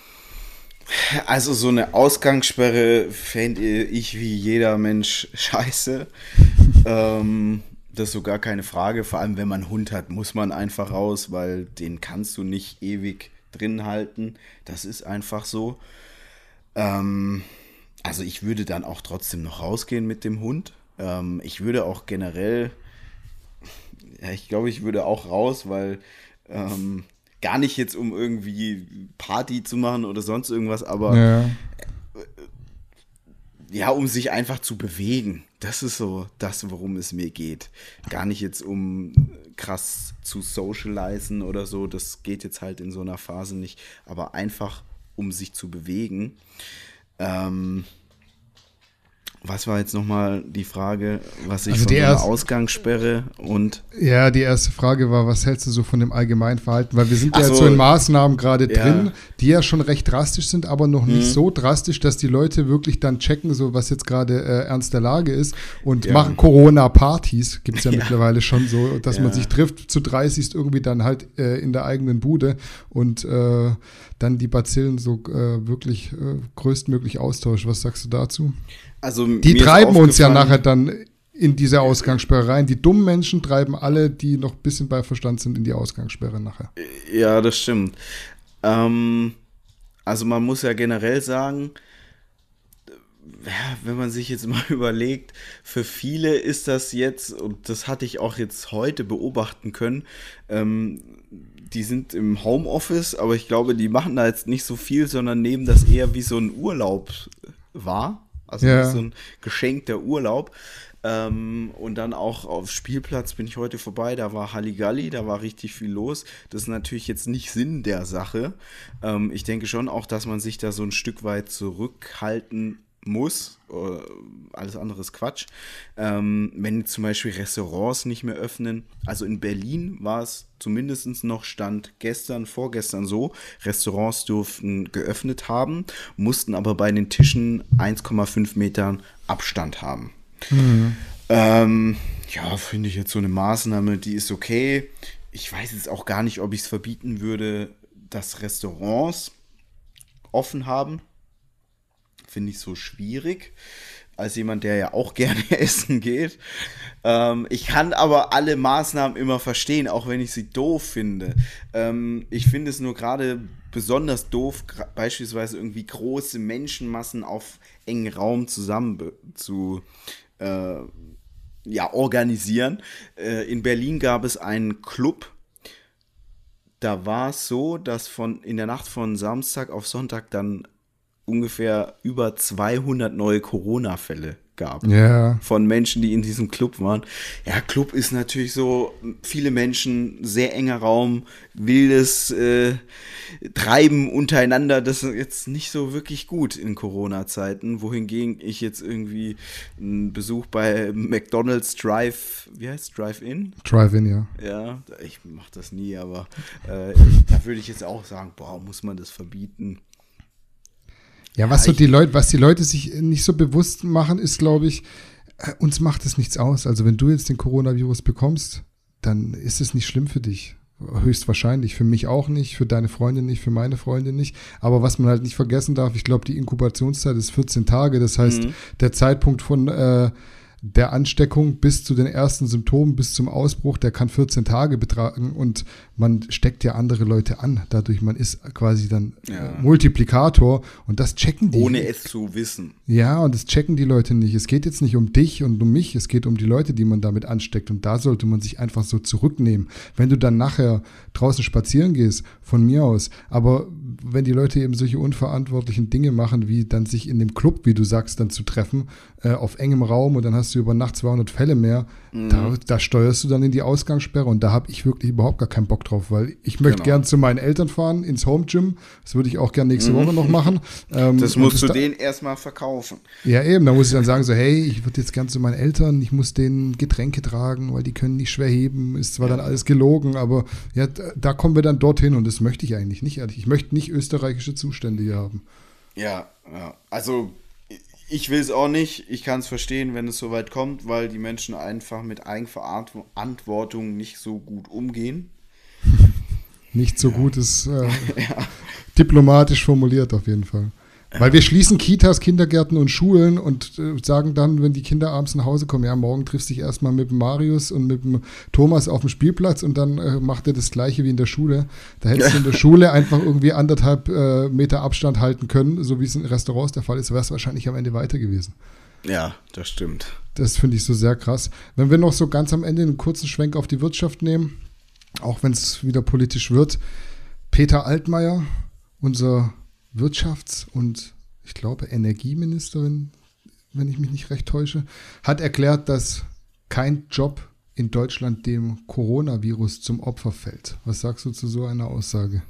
Also so eine Ausgangssperre fände ich wie jeder Mensch scheiße. ähm, das ist so gar keine Frage. Vor allem, wenn man einen Hund hat, muss man einfach raus, weil den kannst du nicht ewig drin halten. Das ist einfach so. Ähm, also ich würde dann auch trotzdem noch rausgehen mit dem Hund. Ähm, ich würde auch generell, ja, ich glaube, ich würde auch raus, weil ähm, gar nicht jetzt, um irgendwie Party zu machen oder sonst irgendwas, aber Ja. ja, um sich einfach zu bewegen. Das ist so das, worum es mir geht. Gar nicht jetzt um krass zu socialisen oder so. Das geht jetzt halt in so einer Phase nicht. Aber einfach, um sich zu bewegen. Ähm, was war jetzt nochmal die Frage, was ich Also von die so einer erste- Ausgangssperre und Ja, die erste Frage war, was hältst du so von dem allgemeinen Verhalten? Weil wir sind Ach ja jetzt so. so in Maßnahmen gerade Ja. drin, die ja schon recht drastisch sind, aber noch nicht Mhm. so drastisch, dass die Leute wirklich dann checken, so was jetzt gerade äh, ernst der Lage ist und Ja. machen Corona-Partys, gibt es ja, Ja. mittlerweile schon so, dass man Ja. sich trifft zu dreißig irgendwie dann halt äh, in der eigenen Bude und äh, dann die Bazillen so äh, wirklich äh, größtmöglich austauscht. Was sagst du dazu? also Die mir ist treiben uns ja aufgefallen- nachher dann in diese Ausgangssperre rein. Die dummen Menschen treiben alle, die noch ein bisschen bei Verstand sind, in die Ausgangssperre nachher. Ja, das stimmt. Ähm, also man muss ja generell sagen, ja, wenn man sich jetzt mal überlegt, für viele ist das jetzt, und das hatte ich auch jetzt heute beobachten können, ähm, die sind im Homeoffice, aber ich glaube, die machen da jetzt nicht so viel, sondern nehmen das eher wie so ein Urlaub wahr. Also Ja. wie so ein geschenkter Urlaub. Ähm, und dann auch auf Spielplatz bin ich heute vorbei, da war Halligalli, da war richtig viel los. Das ist natürlich jetzt nicht Sinn der Sache. Ähm, ich denke schon auch, dass man sich da so ein Stück weit zurückhalten muss. Alles andere ist Quatsch. Ähm, wenn zum Beispiel Restaurants nicht mehr öffnen, also in Berlin war es zumindest noch Stand gestern, vorgestern so, Restaurants durften geöffnet haben, mussten aber bei den Tischen eins Komma fünf Metern Abstand haben. Mhm. Ähm, ja, finde ich jetzt so eine Maßnahme, die ist okay. Ich weiß jetzt auch gar nicht, ob ich es verbieten würde, dass Restaurants offen haben. Finde ich so schwierig, als jemand, der ja auch gerne essen geht. Ähm, ich kann aber alle Maßnahmen immer verstehen, auch wenn ich sie doof finde. Ähm, ich finde es nur gerade besonders doof, gra- beispielsweise irgendwie große Menschenmassen auf engen Raum zusammen be- zu äh, ja, organisieren. Äh, in Berlin gab es einen Club. Da war es so, dass von in der Nacht von Samstag auf Sonntag dann ungefähr über zweihundert neue Corona-Fälle gab. Ja. Von Menschen, die in diesem Club waren. Ja, Club ist natürlich so, viele Menschen, sehr enger Raum, wildes äh, Treiben untereinander. Das ist jetzt nicht so wirklich gut in Corona-Zeiten, wohingegen ich jetzt irgendwie einen Besuch bei McDonald's Drive, wie heißt Drive-In? Drive-In, ja. Ja, ich mache das nie, aber äh, da würde ich jetzt auch sagen, boah, muss man das verbieten? Ja, was so die Leute, was die Leute sich nicht so bewusst machen, ist, glaube ich, äh, uns macht es nichts aus. Also wenn du jetzt den Coronavirus bekommst, dann ist es nicht schlimm für dich. Höchstwahrscheinlich. Für mich auch nicht, für deine Freundin nicht, für meine Freundin nicht. Aber was man halt nicht vergessen darf, ich glaube, die Inkubationszeit ist vierzehn Tage. Das heißt, mhm. der Zeitpunkt von äh, der Ansteckung bis zu den ersten Symptomen, bis zum Ausbruch, der kann vierzehn Tage betragen und man steckt ja andere Leute an. Dadurch, man ist quasi dann ja. äh, Multiplikator und das checken die. Ohne es zu wissen. Ja, und das checken die Leute nicht. Es geht jetzt nicht um dich und um mich, es geht um die Leute, die man damit ansteckt und da sollte man sich einfach so zurücknehmen. Wenn du dann nachher draußen spazieren gehst, von mir aus, aber wenn die Leute eben solche unverantwortlichen Dinge machen, wie dann sich in dem Club, wie du sagst, dann zu treffen, äh, auf engem Raum und dann hast du über Nacht zweihundert Fälle mehr, mhm. da, da steuerst du dann in die Ausgangssperre und da habe ich wirklich überhaupt gar keinen Bock drauf, weil ich möchte genau. gern zu meinen Eltern fahren, ins Home Gym, das würde ich auch gern nächste mhm. Woche noch machen. Ähm, das musst du da, denen erstmal verkaufen. Ja eben, da muss ich dann sagen so, hey, ich würde jetzt gern zu meinen Eltern, ich muss denen Getränke tragen, weil die können nicht schwer heben, ist zwar ja. dann alles gelogen, aber ja, da, da kommen wir dann dorthin und das möchte ich eigentlich nicht, ehrlich. Ich möchte nicht österreichische Zustände hier haben. Ja, ja. Also ich will es auch nicht. Ich kann es verstehen, wenn es soweit kommt, weil die Menschen einfach mit Eigenverantwortung nicht so gut umgehen. Nicht so gut ist äh, ja. diplomatisch formuliert auf jeden Fall. Weil wir schließen Kitas, Kindergärten und Schulen und äh, sagen dann, wenn die Kinder abends nach Hause kommen, ja, morgen triffst du dich erstmal mit dem Marius und mit dem Thomas auf dem Spielplatz und dann äh, macht er das Gleiche wie in der Schule. Da hättest du in der Schule einfach irgendwie anderthalb äh, Meter Abstand halten können, so wie es in Restaurants der Fall ist, wäre es wahrscheinlich am Ende weiter gewesen. Ja, das stimmt. Das finde ich so sehr krass. Wenn wir noch so ganz am Ende einen kurzen Schwenk auf die Wirtschaft nehmen, auch wenn es wieder politisch wird, Peter Altmaier, unser Wirtschafts- und ich glaube Energieministerin, wenn ich mich nicht recht täusche, hat erklärt, dass kein Job in Deutschland dem Coronavirus zum Opfer fällt. Was sagst du zu so einer Aussage?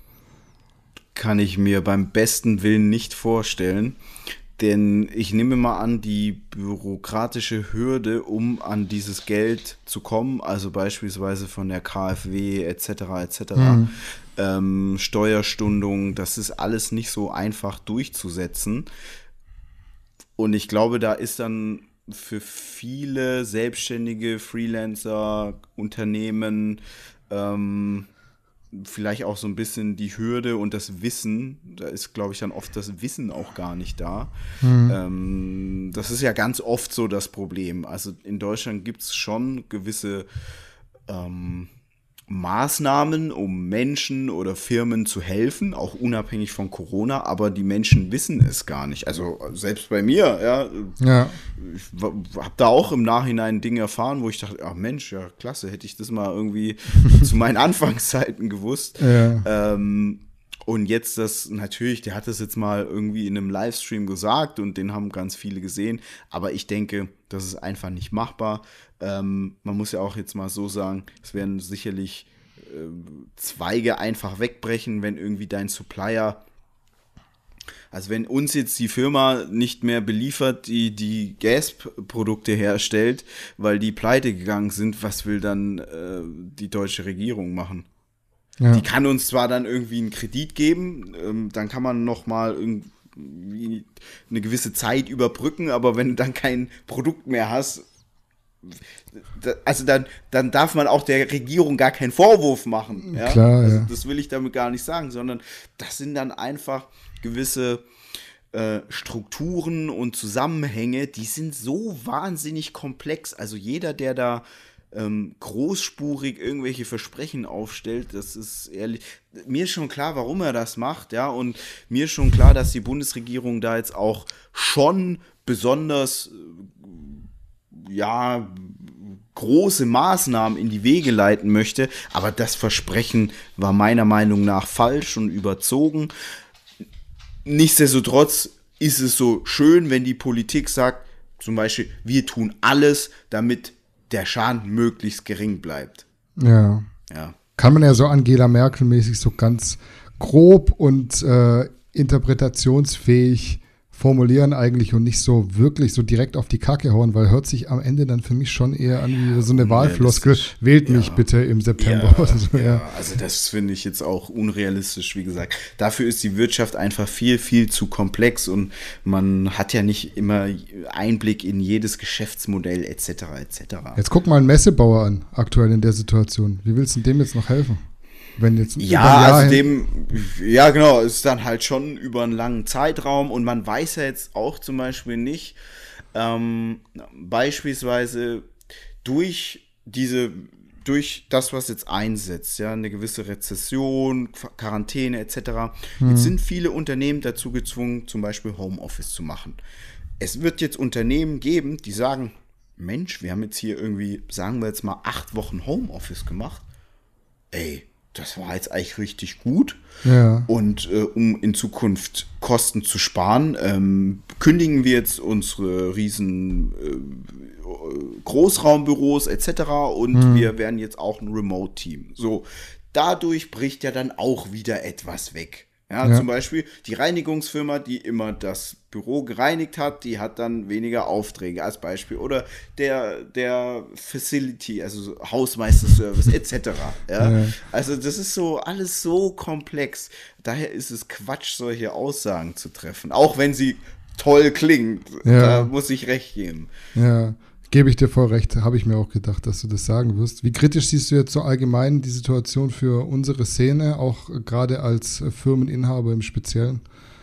Kann ich mir beim besten Willen nicht vorstellen, denn ich nehme mal an, die bürokratische Hürde, um an dieses Geld zu kommen, also beispielsweise von der KfW et cetera et cetera, mhm. ähm, Steuerstundung, das ist alles nicht so einfach durchzusetzen. Und ich glaube, da ist dann für viele Selbstständige, Freelancer, Unternehmen, ähm, vielleicht auch so ein bisschen die Hürde und das Wissen, da ist, glaube ich, dann oft das Wissen auch gar nicht da. Mhm. Ähm, das ist ja ganz oft so das Problem. Also in Deutschland gibt es schon gewisse ähm, Maßnahmen, um Menschen oder Firmen zu helfen, auch unabhängig von Corona, aber die Menschen wissen es gar nicht. Also selbst bei mir, ja, ja. ich habe da auch im Nachhinein Dinge erfahren, wo ich dachte, ach Mensch, ja klasse, hätte ich das mal irgendwie zu meinen Anfangszeiten gewusst. Ja. Ähm, Und jetzt das, natürlich, der hat das jetzt mal irgendwie in einem Livestream gesagt und den haben ganz viele gesehen, aber ich denke, das ist einfach nicht machbar. Ähm, man muss ja auch jetzt mal so sagen, es werden sicherlich äh, Zweige einfach wegbrechen, wenn irgendwie dein Supplier, also wenn uns jetzt die Firma nicht mehr beliefert, die die Gasprodukte herstellt, weil die pleite gegangen sind, was will dann äh, die deutsche Regierung machen? Ja. Die kann uns zwar dann irgendwie einen Kredit geben, ähm, dann kann man noch mal irgendwie eine gewisse Zeit überbrücken, aber wenn du dann kein Produkt mehr hast, also dann, dann darf man auch der Regierung gar keinen Vorwurf machen. Ja? Klar, also ja. Das will ich damit gar nicht sagen, sondern das sind dann einfach gewisse äh, Strukturen und Zusammenhänge, die sind so wahnsinnig komplex. Also jeder, der da Ähm, großspurig irgendwelche Versprechen aufstellt, das ist ehrlich, mir ist schon klar, warum er das macht, ja, und mir ist schon klar, dass die Bundesregierung da jetzt auch schon besonders, ja, große Maßnahmen in die Wege leiten möchte, aber das Versprechen war meiner Meinung nach falsch und überzogen. Nichtsdestotrotz ist es so schön, wenn die Politik sagt, zum Beispiel, wir tun alles, damit der Schaden möglichst gering bleibt. Ja. Ja. Kann man ja so Angela Merkel-mäßig so ganz grob und äh, interpretationsfähig formulieren eigentlich und nicht so wirklich so direkt auf die Kacke hauen, weil hört sich am Ende dann für mich schon eher an wie so eine Wahlfloskel. Wählt ja. mich bitte im September. Ja, oder so, ja. ja. Also das finde ich jetzt auch unrealistisch, wie gesagt. Dafür ist die Wirtschaft einfach viel, viel zu komplex und man hat ja nicht immer Einblick in jedes Geschäftsmodell et cetera et cetera. Jetzt guck mal einen Messebauer an, aktuell in der Situation. Wie willst du dem jetzt noch helfen? Wenn jetzt ja, also dem, ja genau, ist dann halt schon über einen langen Zeitraum und man weiß ja jetzt auch zum Beispiel nicht, ähm, beispielsweise durch diese, durch das, was jetzt einsetzt, ja, eine gewisse Rezession, Quarantäne et cetera. Hm. Jetzt sind viele Unternehmen dazu gezwungen, zum Beispiel Homeoffice zu machen. Es wird jetzt Unternehmen geben, die sagen, Mensch, wir haben jetzt hier irgendwie, sagen wir jetzt mal, acht Wochen Homeoffice gemacht. Ey, das war jetzt eigentlich richtig gut. Ja. Und äh, um in Zukunft Kosten zu sparen, ähm, kündigen wir jetzt unsere riesen äh, Großraumbüros et cetera und hm. wir werden jetzt auch ein Remote-Team. So, dadurch bricht ja dann auch wieder etwas weg. Ja, ja, zum Beispiel die Reinigungsfirma, die immer das Büro gereinigt hat, die hat dann weniger Aufträge als Beispiel. Oder der, der Facility, also Hausmeisterservice et cetera. Ja? Ja. Also das ist so alles so komplex. Daher ist es Quatsch, solche Aussagen zu treffen. Auch wenn sie toll klingt, ja. Da muss ich recht geben. Ja. Gebe ich dir voll recht, habe ich mir auch gedacht, dass du das sagen wirst. Wie kritisch siehst du jetzt so allgemein die Situation für unsere Szene, auch gerade als Firmeninhaber im Speziellen?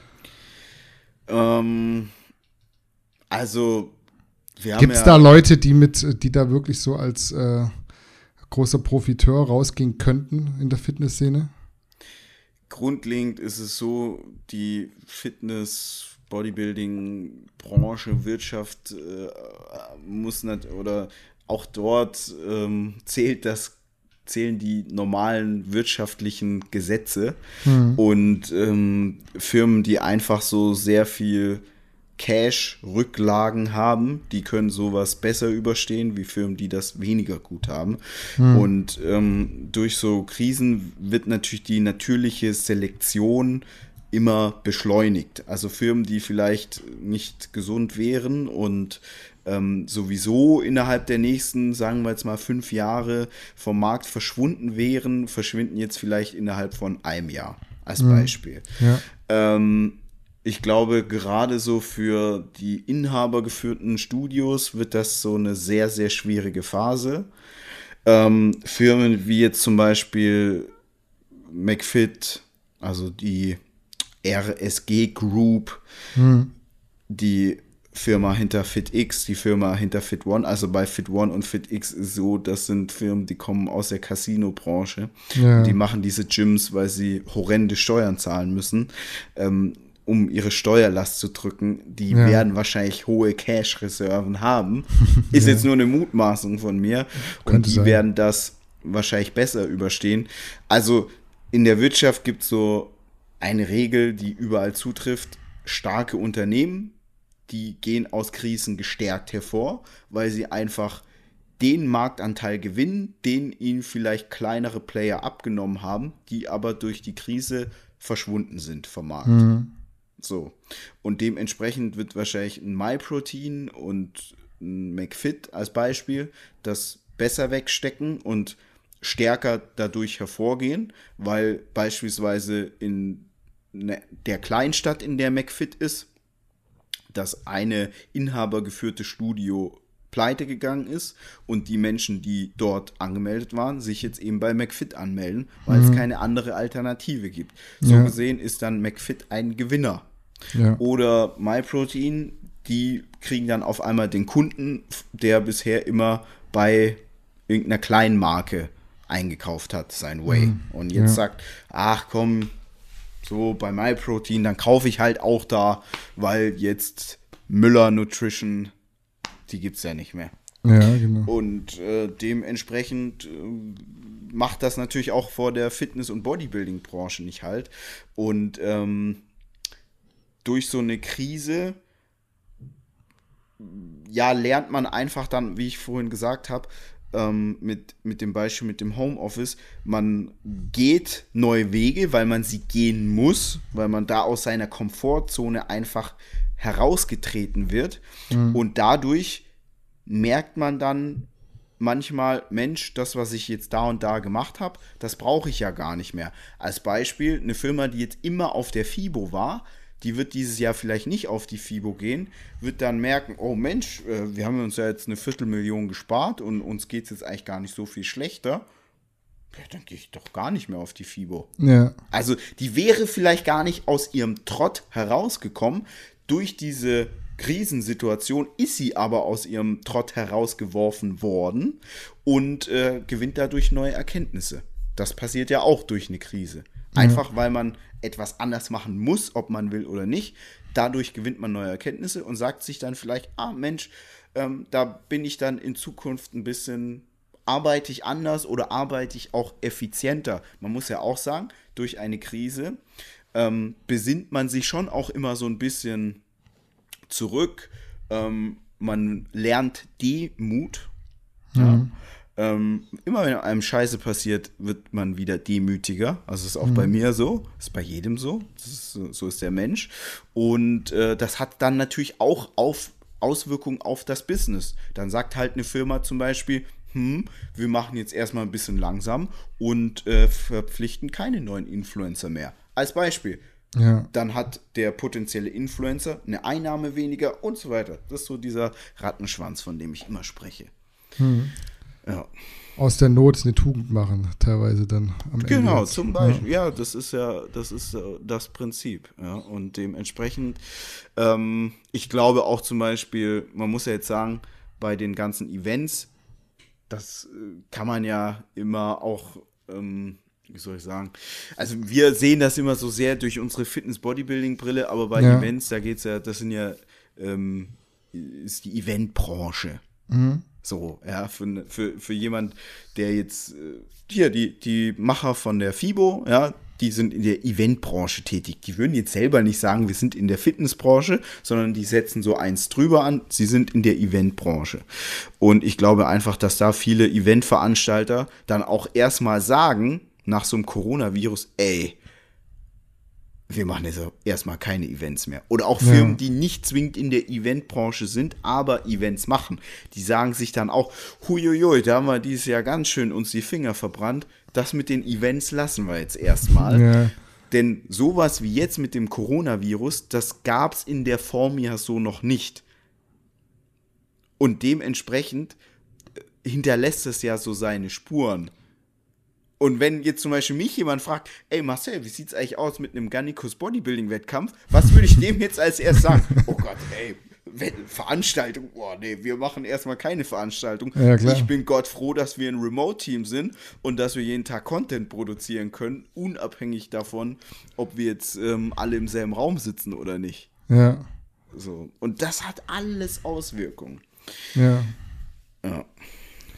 Ähm, also, wir haben Gibt es ja da Leute, die mit, die da wirklich so als äh, großer Profiteur rausgehen könnten in der Fitnessszene? Grundlegend ist es so, die Fitness- Bodybuilding-Branche, Wirtschaft äh, muss nicht, oder auch dort ähm, zählt das, zählen die normalen wirtschaftlichen Gesetze mhm. und ähm, Firmen, die einfach so sehr viel Cash-Rücklagen haben, die können sowas besser überstehen, wie Firmen, die das weniger gut haben. Mhm. Und ähm, durch so Krisen wird natürlich die natürliche Selektion immer beschleunigt. Also Firmen, die vielleicht nicht gesund wären und ähm, sowieso innerhalb der nächsten, sagen wir jetzt mal, fünf Jahre vom Markt verschwunden wären, verschwinden jetzt vielleicht innerhalb von einem Jahr, als mhm. Beispiel. Ja. Ähm, ich glaube, gerade so für die inhabergeführten Studios wird das so eine sehr, sehr schwierige Phase. Ähm, Firmen wie jetzt zum Beispiel McFit, also die R S G Group, hm. die Firma hinter FitX, die Firma hinter Fit One, also bei Fit One und FitX ist so, das sind Firmen, die kommen aus der Casino-Branche. Ja. Die machen diese Gyms, weil sie horrende Steuern zahlen müssen, ähm, um ihre Steuerlast zu drücken. Die ja. werden wahrscheinlich hohe Cash-Reserven haben. Ist ja. jetzt nur eine Mutmaßung von mir. Könnte und die sein. Werden das wahrscheinlich besser überstehen. Also in der Wirtschaft gibt es so eine Regel, die überall zutrifft, starke Unternehmen, die gehen aus Krisen gestärkt hervor, weil sie einfach den Marktanteil gewinnen, den ihnen vielleicht kleinere Player abgenommen haben, die aber durch die Krise verschwunden sind vom Markt. Mhm. So. Und dementsprechend wird wahrscheinlich ein MyProtein und ein McFit als Beispiel das besser wegstecken und stärker dadurch hervorgehen, weil beispielsweise in der Kleinstadt, in der McFit ist, das eine inhabergeführte Studio pleite gegangen ist und die Menschen, die dort angemeldet waren, sich jetzt eben bei McFit anmelden, weil mhm. es keine andere Alternative gibt. So ja. gesehen ist dann McFit ein Gewinner. Ja. Oder MyProtein, die kriegen dann auf einmal den Kunden, der bisher immer bei irgendeiner kleinen Marke eingekauft hat, sein Whey. Mhm. Und jetzt ja. sagt, ach komm, so bei MyProtein, dann kaufe ich halt auch da, weil jetzt Müller Nutrition, die gibt es ja nicht mehr. Ja, genau. Und äh, dementsprechend äh, macht das natürlich auch vor der Fitness- und Bodybuilding-Branche nicht halt. Und ähm, durch so eine Krise, ja, lernt man einfach dann, wie ich vorhin gesagt habe, ähm, mit, mit dem Beispiel mit dem Homeoffice, man geht neue Wege, weil man sie gehen muss, weil man da aus seiner Komfortzone einfach herausgetreten wird. Mhm. Und dadurch merkt man dann manchmal, Mensch, das, was ich jetzt da und da gemacht habe, das brauche ich ja gar nicht mehr. Als Beispiel, eine Firma, die jetzt immer auf der FIBO war, die wird dieses Jahr vielleicht nicht auf die FIBO gehen, wird dann merken, oh Mensch, wir haben uns ja jetzt eine Viertelmillion gespart und uns geht es jetzt eigentlich gar nicht so viel schlechter. Ja, dann gehe ich doch gar nicht mehr auf die FIBO. Ja. Also die wäre vielleicht gar nicht aus ihrem Trott herausgekommen. Durch diese Krisensituation ist sie aber aus ihrem Trott herausgeworfen worden und äh, gewinnt dadurch neue Erkenntnisse. Das passiert ja auch durch eine Krise. Einfach weil man etwas anders machen muss, ob man will oder nicht. Dadurch gewinnt man neue Erkenntnisse und sagt sich dann vielleicht, ah Mensch, ähm, da bin ich dann in Zukunft ein bisschen, arbeite ich anders oder arbeite ich auch effizienter. Man muss ja auch sagen, durch eine Krise ähm, besinnt man sich schon auch immer so ein bisschen zurück. Ähm, man lernt Demut. Mhm. Ja. Ähm, immer wenn einem Scheiße passiert, wird man wieder demütiger. Also das ist auch mhm. bei mir so, das ist bei jedem so. Das ist, so ist der Mensch. Und äh, das hat dann natürlich auch auf Auswirkungen auf das Business. Dann sagt halt eine Firma zum Beispiel, hm, wir machen jetzt erstmal ein bisschen langsam und äh, verpflichten keine neuen Influencer mehr. Als Beispiel. Ja. Dann hat der potenzielle Influencer eine Einnahme weniger und so weiter. Das ist so dieser Rattenschwanz, von dem ich immer spreche. Mhm. Ja. Aus der Not eine Tugend machen, teilweise dann am Ende. Genau, jetzt. Zum Beispiel. Ja. ja, das ist ja, das ist äh, das Prinzip. Ja. Und dementsprechend, ähm, ich glaube auch zum Beispiel, man muss ja jetzt sagen, bei den ganzen Events, das äh, kann man ja immer auch, ähm, wie soll ich sagen, also wir sehen das immer so sehr durch unsere Fitness-Bodybuilding-Brille, aber bei ja. Events, da geht's ja, das sind ja, ähm, ist die Eventbranche. Mhm. So, ja, für, für, für jemand, der jetzt, äh, hier, die, die Macher von der FIBO, ja, die sind in der Eventbranche tätig. Die würden jetzt selber nicht sagen, wir sind in der Fitnessbranche, sondern die setzen so eins drüber an, sie sind in der Eventbranche. Und ich glaube einfach, dass da viele Eventveranstalter dann auch erstmal sagen, nach so einem Coronavirus, ey, wir machen jetzt erstmal keine Events mehr. Oder auch Firmen, ja. die nicht zwingend in der Eventbranche sind, aber Events machen. Die sagen sich dann auch, huiuiui, da haben wir dieses Jahr ganz schön uns die Finger verbrannt. Das mit den Events lassen wir jetzt erstmal. Ja. Denn sowas wie jetzt mit dem Coronavirus, das gab es in der Form ja so noch nicht. Und dementsprechend hinterlässt es ja so seine Spuren. Und wenn jetzt zum Beispiel mich jemand fragt, ey Marcel, wie sieht's eigentlich aus mit einem Gannikus Bodybuilding-Wettkampf? Was würde ich dem jetzt als erst sagen? Oh Gott, ey, Veranstaltung, boah, nee, wir machen erstmal keine Veranstaltung. Ja, klar. Ich bin Gott froh, dass wir ein Remote-Team sind und dass wir jeden Tag Content produzieren können, unabhängig davon, ob wir jetzt ähm, alle im selben Raum sitzen oder nicht. Ja. So. Und das hat alles Auswirkungen. Ja. Ja.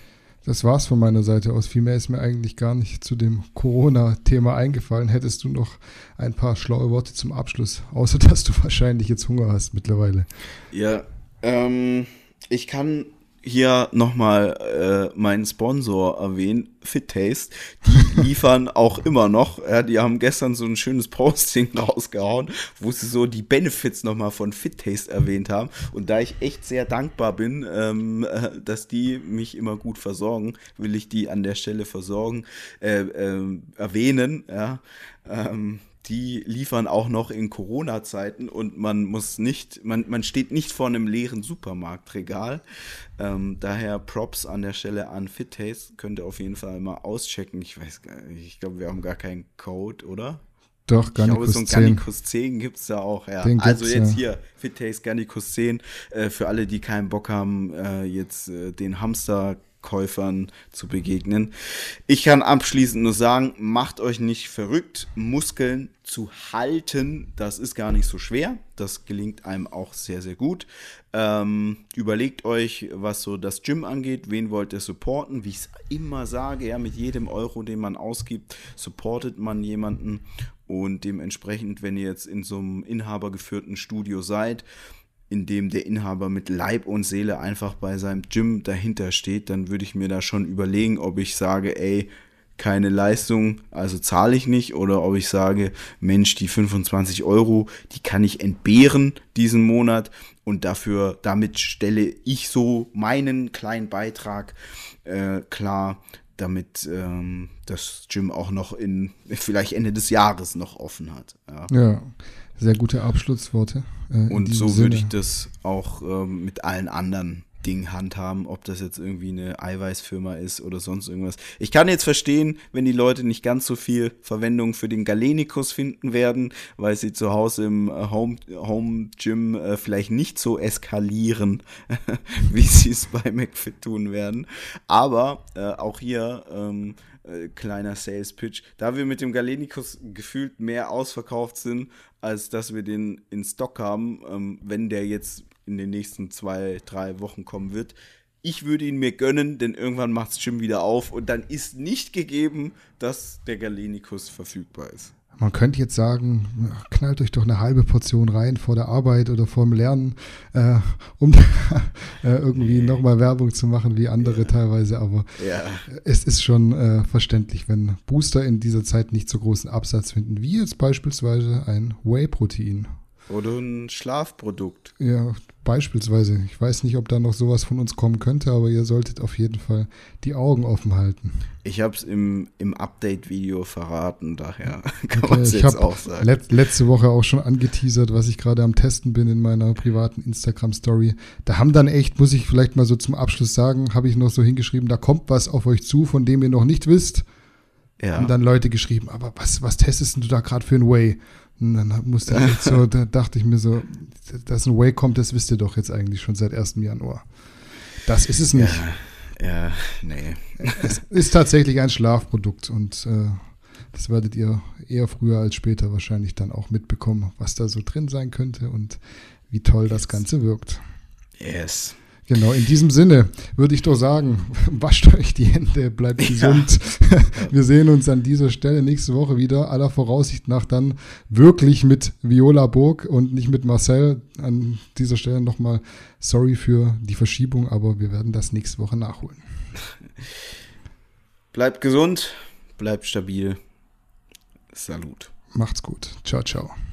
Das war's von meiner Seite aus. Viel mehr ist mir eigentlich gar nicht zu dem Corona-Thema eingefallen. Hättest du noch ein paar schlaue Worte zum Abschluss, außer dass du wahrscheinlich jetzt Hunger hast mittlerweile. Ja, ähm, ich kann hier nochmal äh, meinen Sponsor erwähnen, FitTaste. Die liefern auch immer noch. Ja, die haben gestern so ein schönes Posting rausgehauen, wo sie so die Benefits nochmal von FitTaste erwähnt haben. Und da ich echt sehr dankbar bin, ähm, äh, dass die mich immer gut versorgen, will ich die an der Stelle versorgen, äh, äh, erwähnen. Ja, ähm, die liefern auch noch in Corona-Zeiten und man muss nicht, man, man steht nicht vor einem leeren Supermarktregal. Ähm, daher Props an der Stelle an FitTaste. Könnt ihr auf jeden Fall mal auschecken. Ich weiß gar nicht, ich glaube, wir haben gar keinen Code, oder? Doch, Garnicus zehn. Ich glaube, so ein Garnicus zehn gibt es da auch, ja. Den also jetzt ja. hier, FitTaste Garnicus zehn, äh, für alle, die keinen Bock haben, äh, jetzt äh, den Hamsterkäufern zu begegnen. Ich kann abschließend nur sagen, macht euch nicht verrückt, Muskeln zu halten, das ist gar nicht so schwer, das gelingt einem auch sehr, sehr gut. Ähm, überlegt euch, was so das Gym angeht, wen wollt ihr supporten, wie ich es immer sage, ja, mit jedem Euro, den man ausgibt, supportet man jemanden und dementsprechend, wenn ihr jetzt in so einem inhabergeführten Studio seid, in dem der Inhaber mit Leib und Seele einfach bei seinem Gym dahinter steht, dann würde ich mir da schon überlegen, ob ich sage, ey, keine Leistung, also zahle ich nicht, oder ob ich sage, Mensch, die fünfundzwanzig Euro, die kann ich entbehren diesen Monat und dafür, damit stelle ich so meinen kleinen Beitrag äh, klar, damit ähm, das Gym auch noch in, vielleicht Ende des Jahres noch offen hat. Ja, ja sehr gute Abschlussworte. Äh, und so Sinne. Würde ich das auch ähm, mit allen anderen Dingen handhaben, ob das jetzt irgendwie eine Eiweißfirma ist oder sonst irgendwas. Ich kann jetzt verstehen, wenn die Leute nicht ganz so viel Verwendung für den Galenicus finden werden, weil sie zu Hause im Home, Home Gym äh, vielleicht nicht so eskalieren, wie sie es bei McFit tun werden. Aber äh, auch hier ähm, äh, kleiner Sales Pitch, da wir mit dem Galenicus gefühlt mehr ausverkauft sind, als dass wir den in Stock haben, ähm, wenn der jetzt in den nächsten zwei, drei Wochen kommen wird. Ich würde ihn mir gönnen, denn irgendwann macht das Gym wieder auf und dann ist nicht gegeben, dass der Galenicus verfügbar ist. Man könnte jetzt sagen, knallt euch doch eine halbe Portion rein vor der Arbeit oder vor dem Lernen, äh, um äh, irgendwie nochmal Werbung zu machen wie andere ja. teilweise, aber ja. es ist schon äh, verständlich, wenn Booster in dieser Zeit nicht so großen Absatz finden, wie jetzt beispielsweise ein Whey-Protein. Oder ein Schlafprodukt. Ja, beispielsweise. Ich weiß nicht, ob da noch sowas von uns kommen könnte, aber ihr solltet auf jeden Fall die Augen offen halten. Ich habe es im, im Update-Video verraten, daher kann okay, man es jetzt auch sagen. Let, letzte Woche auch schon angeteasert, was ich gerade am Testen bin in meiner privaten Instagram-Story. Da haben dann echt, muss ich vielleicht mal so zum Abschluss sagen, habe ich noch so hingeschrieben, da kommt was auf euch zu, von dem ihr noch nicht wisst. Ja. Haben dann Leute geschrieben, aber was, was testest du da gerade für ein Whey? Und dann musste ich so, da dachte ich mir so, dass ein Whey kommt, das wisst ihr doch jetzt eigentlich schon seit ersten Januar. Das ist es nicht. Ja, ja nee. Es ist tatsächlich ein Schlafprodukt und äh, das werdet ihr eher früher als später wahrscheinlich dann auch mitbekommen, was da so drin sein könnte und wie toll yes. das Ganze wirkt. Yes. Genau, in diesem Sinne würde ich doch sagen, wascht euch die Hände, bleibt gesund. Ja. Wir sehen uns an dieser Stelle nächste Woche wieder, aller Voraussicht nach dann wirklich mit Viola Burg und nicht mit Marcel. An dieser Stelle nochmal sorry für die Verschiebung, aber wir werden das nächste Woche nachholen. Bleibt gesund, bleibt stabil. Salut. Macht's gut. Ciao, ciao.